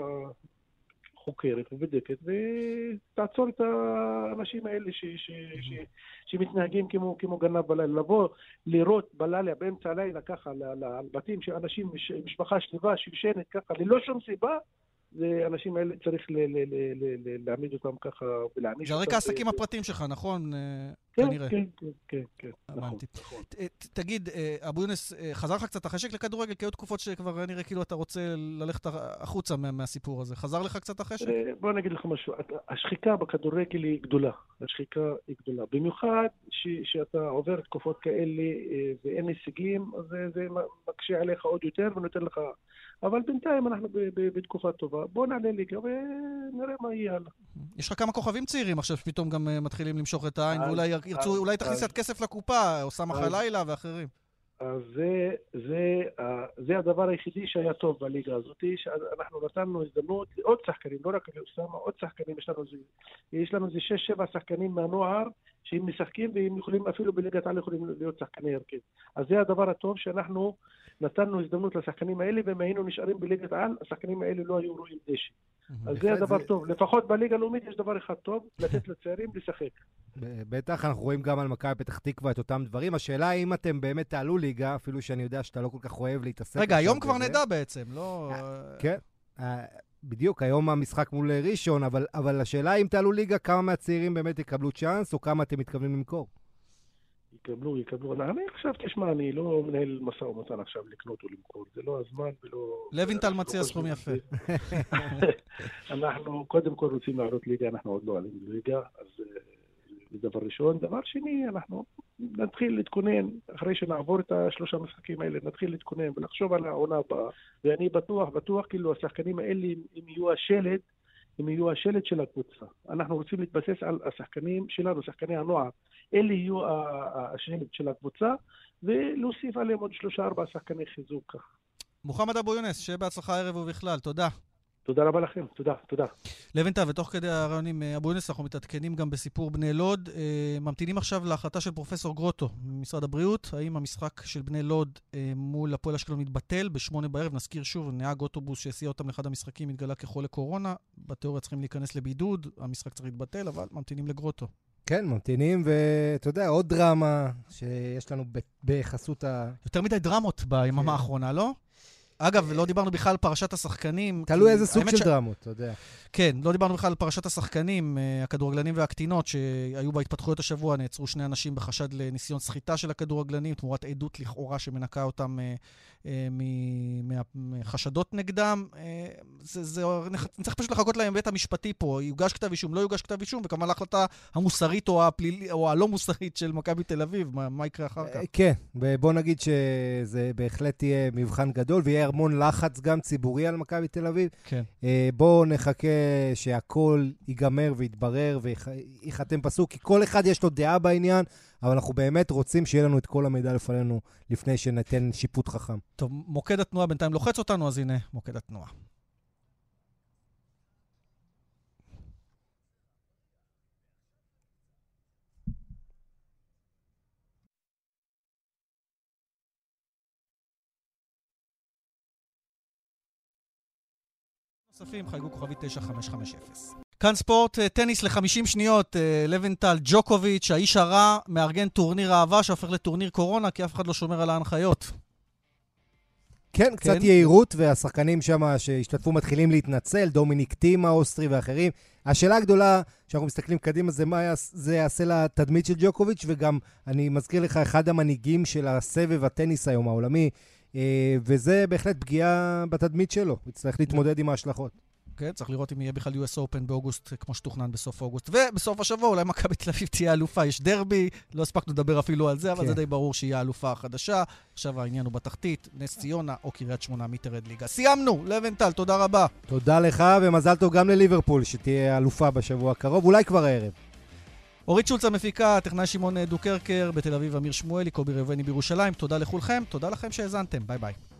חוקרת ובדקת, ותעצור את האנשים האלה ש, ש, ש, שמתנהגים כמו, כמו גנב בלילה. לבוא, לראות בלילה, באמצע הלילה, ככה, על בתים של אנשים, משפחה שלווה, שיושנת, ככה, ללא שום סיבה, זה אנשים האלה צריך ל, ל, ל, ל, ל, להעמיד אותם ככה ולהעניש אותם. זה רקע העסקים הפרטיים שלך, נכון? כנראה. כן, כן, כן, כן. הבנתי. תגיד, אבו יונס, חזר לך קצת החשק לכדורגל? כי היו תקופות שכבר נראה כאילו אתה רוצה ללכת החוצה מהסיפור הזה. חזר לך קצת החשק? בוא נגיד לך משהו. השחיקה בכדורגל היא גדולה. השחיקה היא גדולה. במיוחד שאתה עובר תקופות כאלה ואין הישגים, אז זה מקשה עליך עוד יותר ונותן לך... אבל בינתיים אנחנו בתקופה טובה. בוא נעלה ליגה ונראה מה יהיה הלאה. יש לך כמה כוכבים צעירים עכשיו שפתאום גם מתחילים למשוך את העין, ואולי ירצו, אולי תכניס קצת כסף לקופה, אוסאמה חלילה ואחרים. אז זה, זה, זה הדבר היחידי שהיה טוב בליגה הזאת, שאנחנו נתנו הזדמנות לעוד שחקנים, לא רק לאוסאמה, עוד שחקנים, יש לנו זה, יש לנו זה שש, שבע שחקנים מהנוער, שהם משחקים והם יכולים אפילו בליגת העל יכולים להיות שחקני הרכב. אז זה הדבר הטוב שאנחנו נתנו הזדמנות לשחקנים האלה, והם היינו נשארים בליגת העל, השחקנים האלה לא היו רואים דשא. אז זה הדבר טוב. לפחות בליגה הלאומית יש דבר אחד טוב, לתת לצעירים לשחק. בטח, אנחנו רואים גם על מכבי פתח תקווה את אותם דברים. השאלה היא אם אתם באמת תעלו ליגה, אפילו שאני יודע שאתה לא כל כך אוהב להתעסק. רגע, היום כבר נדע בעצם, לא... כן, בדיוק, היום המשחק מול ראשון, אבל השאלה אם תעלו ליגה, כמה מהצעירים באמת יקבלו צ'אנס, או כמה אתם מתכוונים למכור? יקבלו, יקבלו. אני עכשיו, תשמע, אני לא מנהל משא ומתן עכשיו לקנות או למכור. זה לא הזמן ולא... לוינטל מציע סכום יפה. אנחנו קודם כל רוצים לעלות ליגה, אנחנו עוד לא עלים ליגה, אז זה דבר ראשון. דבר שני, אנחנו נתחיל להתכונן, אחרי שנעבור את השלושה משחקים האלה, נתחיל להתכונן ולחשוב על העונה הבאה. ואני בטוח, בטוח, כאילו השחקנים האלה, אם יהיו השלד, אם יהיו השלד של הקבוצה. אנחנו רוצים להתבסס על השחקנים שלנו, שחקני הנוער. אלה יהיו השלד של הקבוצה, ולהוסיף עליהם עוד שלושה ארבעה שחקני חיזוק. מוחמד אבו יונס, שיהיה בהצלחה הערב ובכלל. תודה. תודה רבה לכם, תודה, תודה. לוינטל, ותוך כדי הרעיון עם אבו יונס, אנחנו מתעדכנים גם בסיפור בני לוד. ממתינים עכשיו להחלטה של פרופסור גרוטו ממשרד הבריאות. האם המשחק של בני לוד מול הפועל אשקלון מתבטל בשמונה בערב? נזכיר שוב, נהג אוטובוס שהסיע אותם לאחד המשחקים התגלה כחולה קורונה. בתיאוריה צריכים להיכנס לבידוד, המשחק צריך להתבטל, אבל ממתינים לגרוטו. כן, ממתינים, ואתה יודע, עוד דרמה שיש לנו בחסות ה... יותר מדי דרמות ביממה האחרונה, לא? אגב, לא דיברנו בכלל על פרשת השחקנים. תלוי איזה סוג של דרמות, אתה יודע. כן, לא דיברנו בכלל על פרשת השחקנים, הכדורגלנים והקטינות, שהיו בהתפתחויות השבוע, נעצרו שני אנשים בחשד לניסיון סחיטה של הכדורגלנים, תמורת עדות לכאורה שמנקה אותם מחשדות נגדם. נצטרך פשוט לחכות להם בית המשפטי פה, יוגש כתב אישום, לא יוגש כתב אישום, וכמובן להחלטה המוסרית או הלא מוסרית של מכבי תל אביב, מה יקרה אחר כך? כן, ובוא נגיד שזה בהחלט יהיה מבחן גדול, ויהיה המון לחץ גם ציבורי על מכבי תל אביב. כן. בואו נחכה שהכל ייגמר ויתברר ויחתם פסוק, כי כל אחד יש לו דעה בעניין, אבל אנחנו באמת רוצים שיהיה לנו את כל המידע לפנינו לפני שניתן שיפוט חכם. טוב, מוקד התנועה בינתיים לוחץ אותנו, אז הנה מוקד התנועה. נוספים, חייגו כוכבי תשע חמש חמש אפס. כאן ספורט, טניס ל-חמישים שניות, לוינטל, ג'וקוביץ', האיש הרע, מארגן טורניר אהבה שהופך לטורניר קורונה, כי אף אחד לא שומר על ההנחיות. כן, קצת יעירות, והשחקנים שם שהשתתפו מתחילים להתנצל, דומיניק טים, האוסטרי ואחרים. השאלה הגדולה שאנחנו מסתכלים קדימה זה מה זה יעשה לתדמית של ג'וקוביץ', וגם אני מזכיר לך אחד המנהיגים של הסבב הטניס היום העולמי, וזה בהחלט פגיעה בתדמית שלו, יצטרך להתמודד עם ההשלכות. כן, צריך לראות אם יהיה בכלל יו אס Open באוגוסט, כמו שתוכנן בסוף אוגוסט. ובסוף השבוע אולי מכבי תל אביב תהיה אלופה, יש דרבי, לא הספקנו לדבר אפילו על זה, אבל זה די ברור שיהיה האלופה החדשה. עכשיו העניין הוא בתחתית, נס ציונה או קריית שמונה מתרד ליגה. סיימנו, לוינטל, תודה רבה. תודה לך, ומזל טוב גם לליברפול, שתהיה אלופה בשבוע הקרוב, אולי כבר הערב. אורית שולץ המפיקה, טכנאי שמעון דוקרקר, בתל אביב אמיר שמואלי, קובי ראובני בירושלים. תודה לכולכם, תודה לכם שהאזנתם. ביי ביי.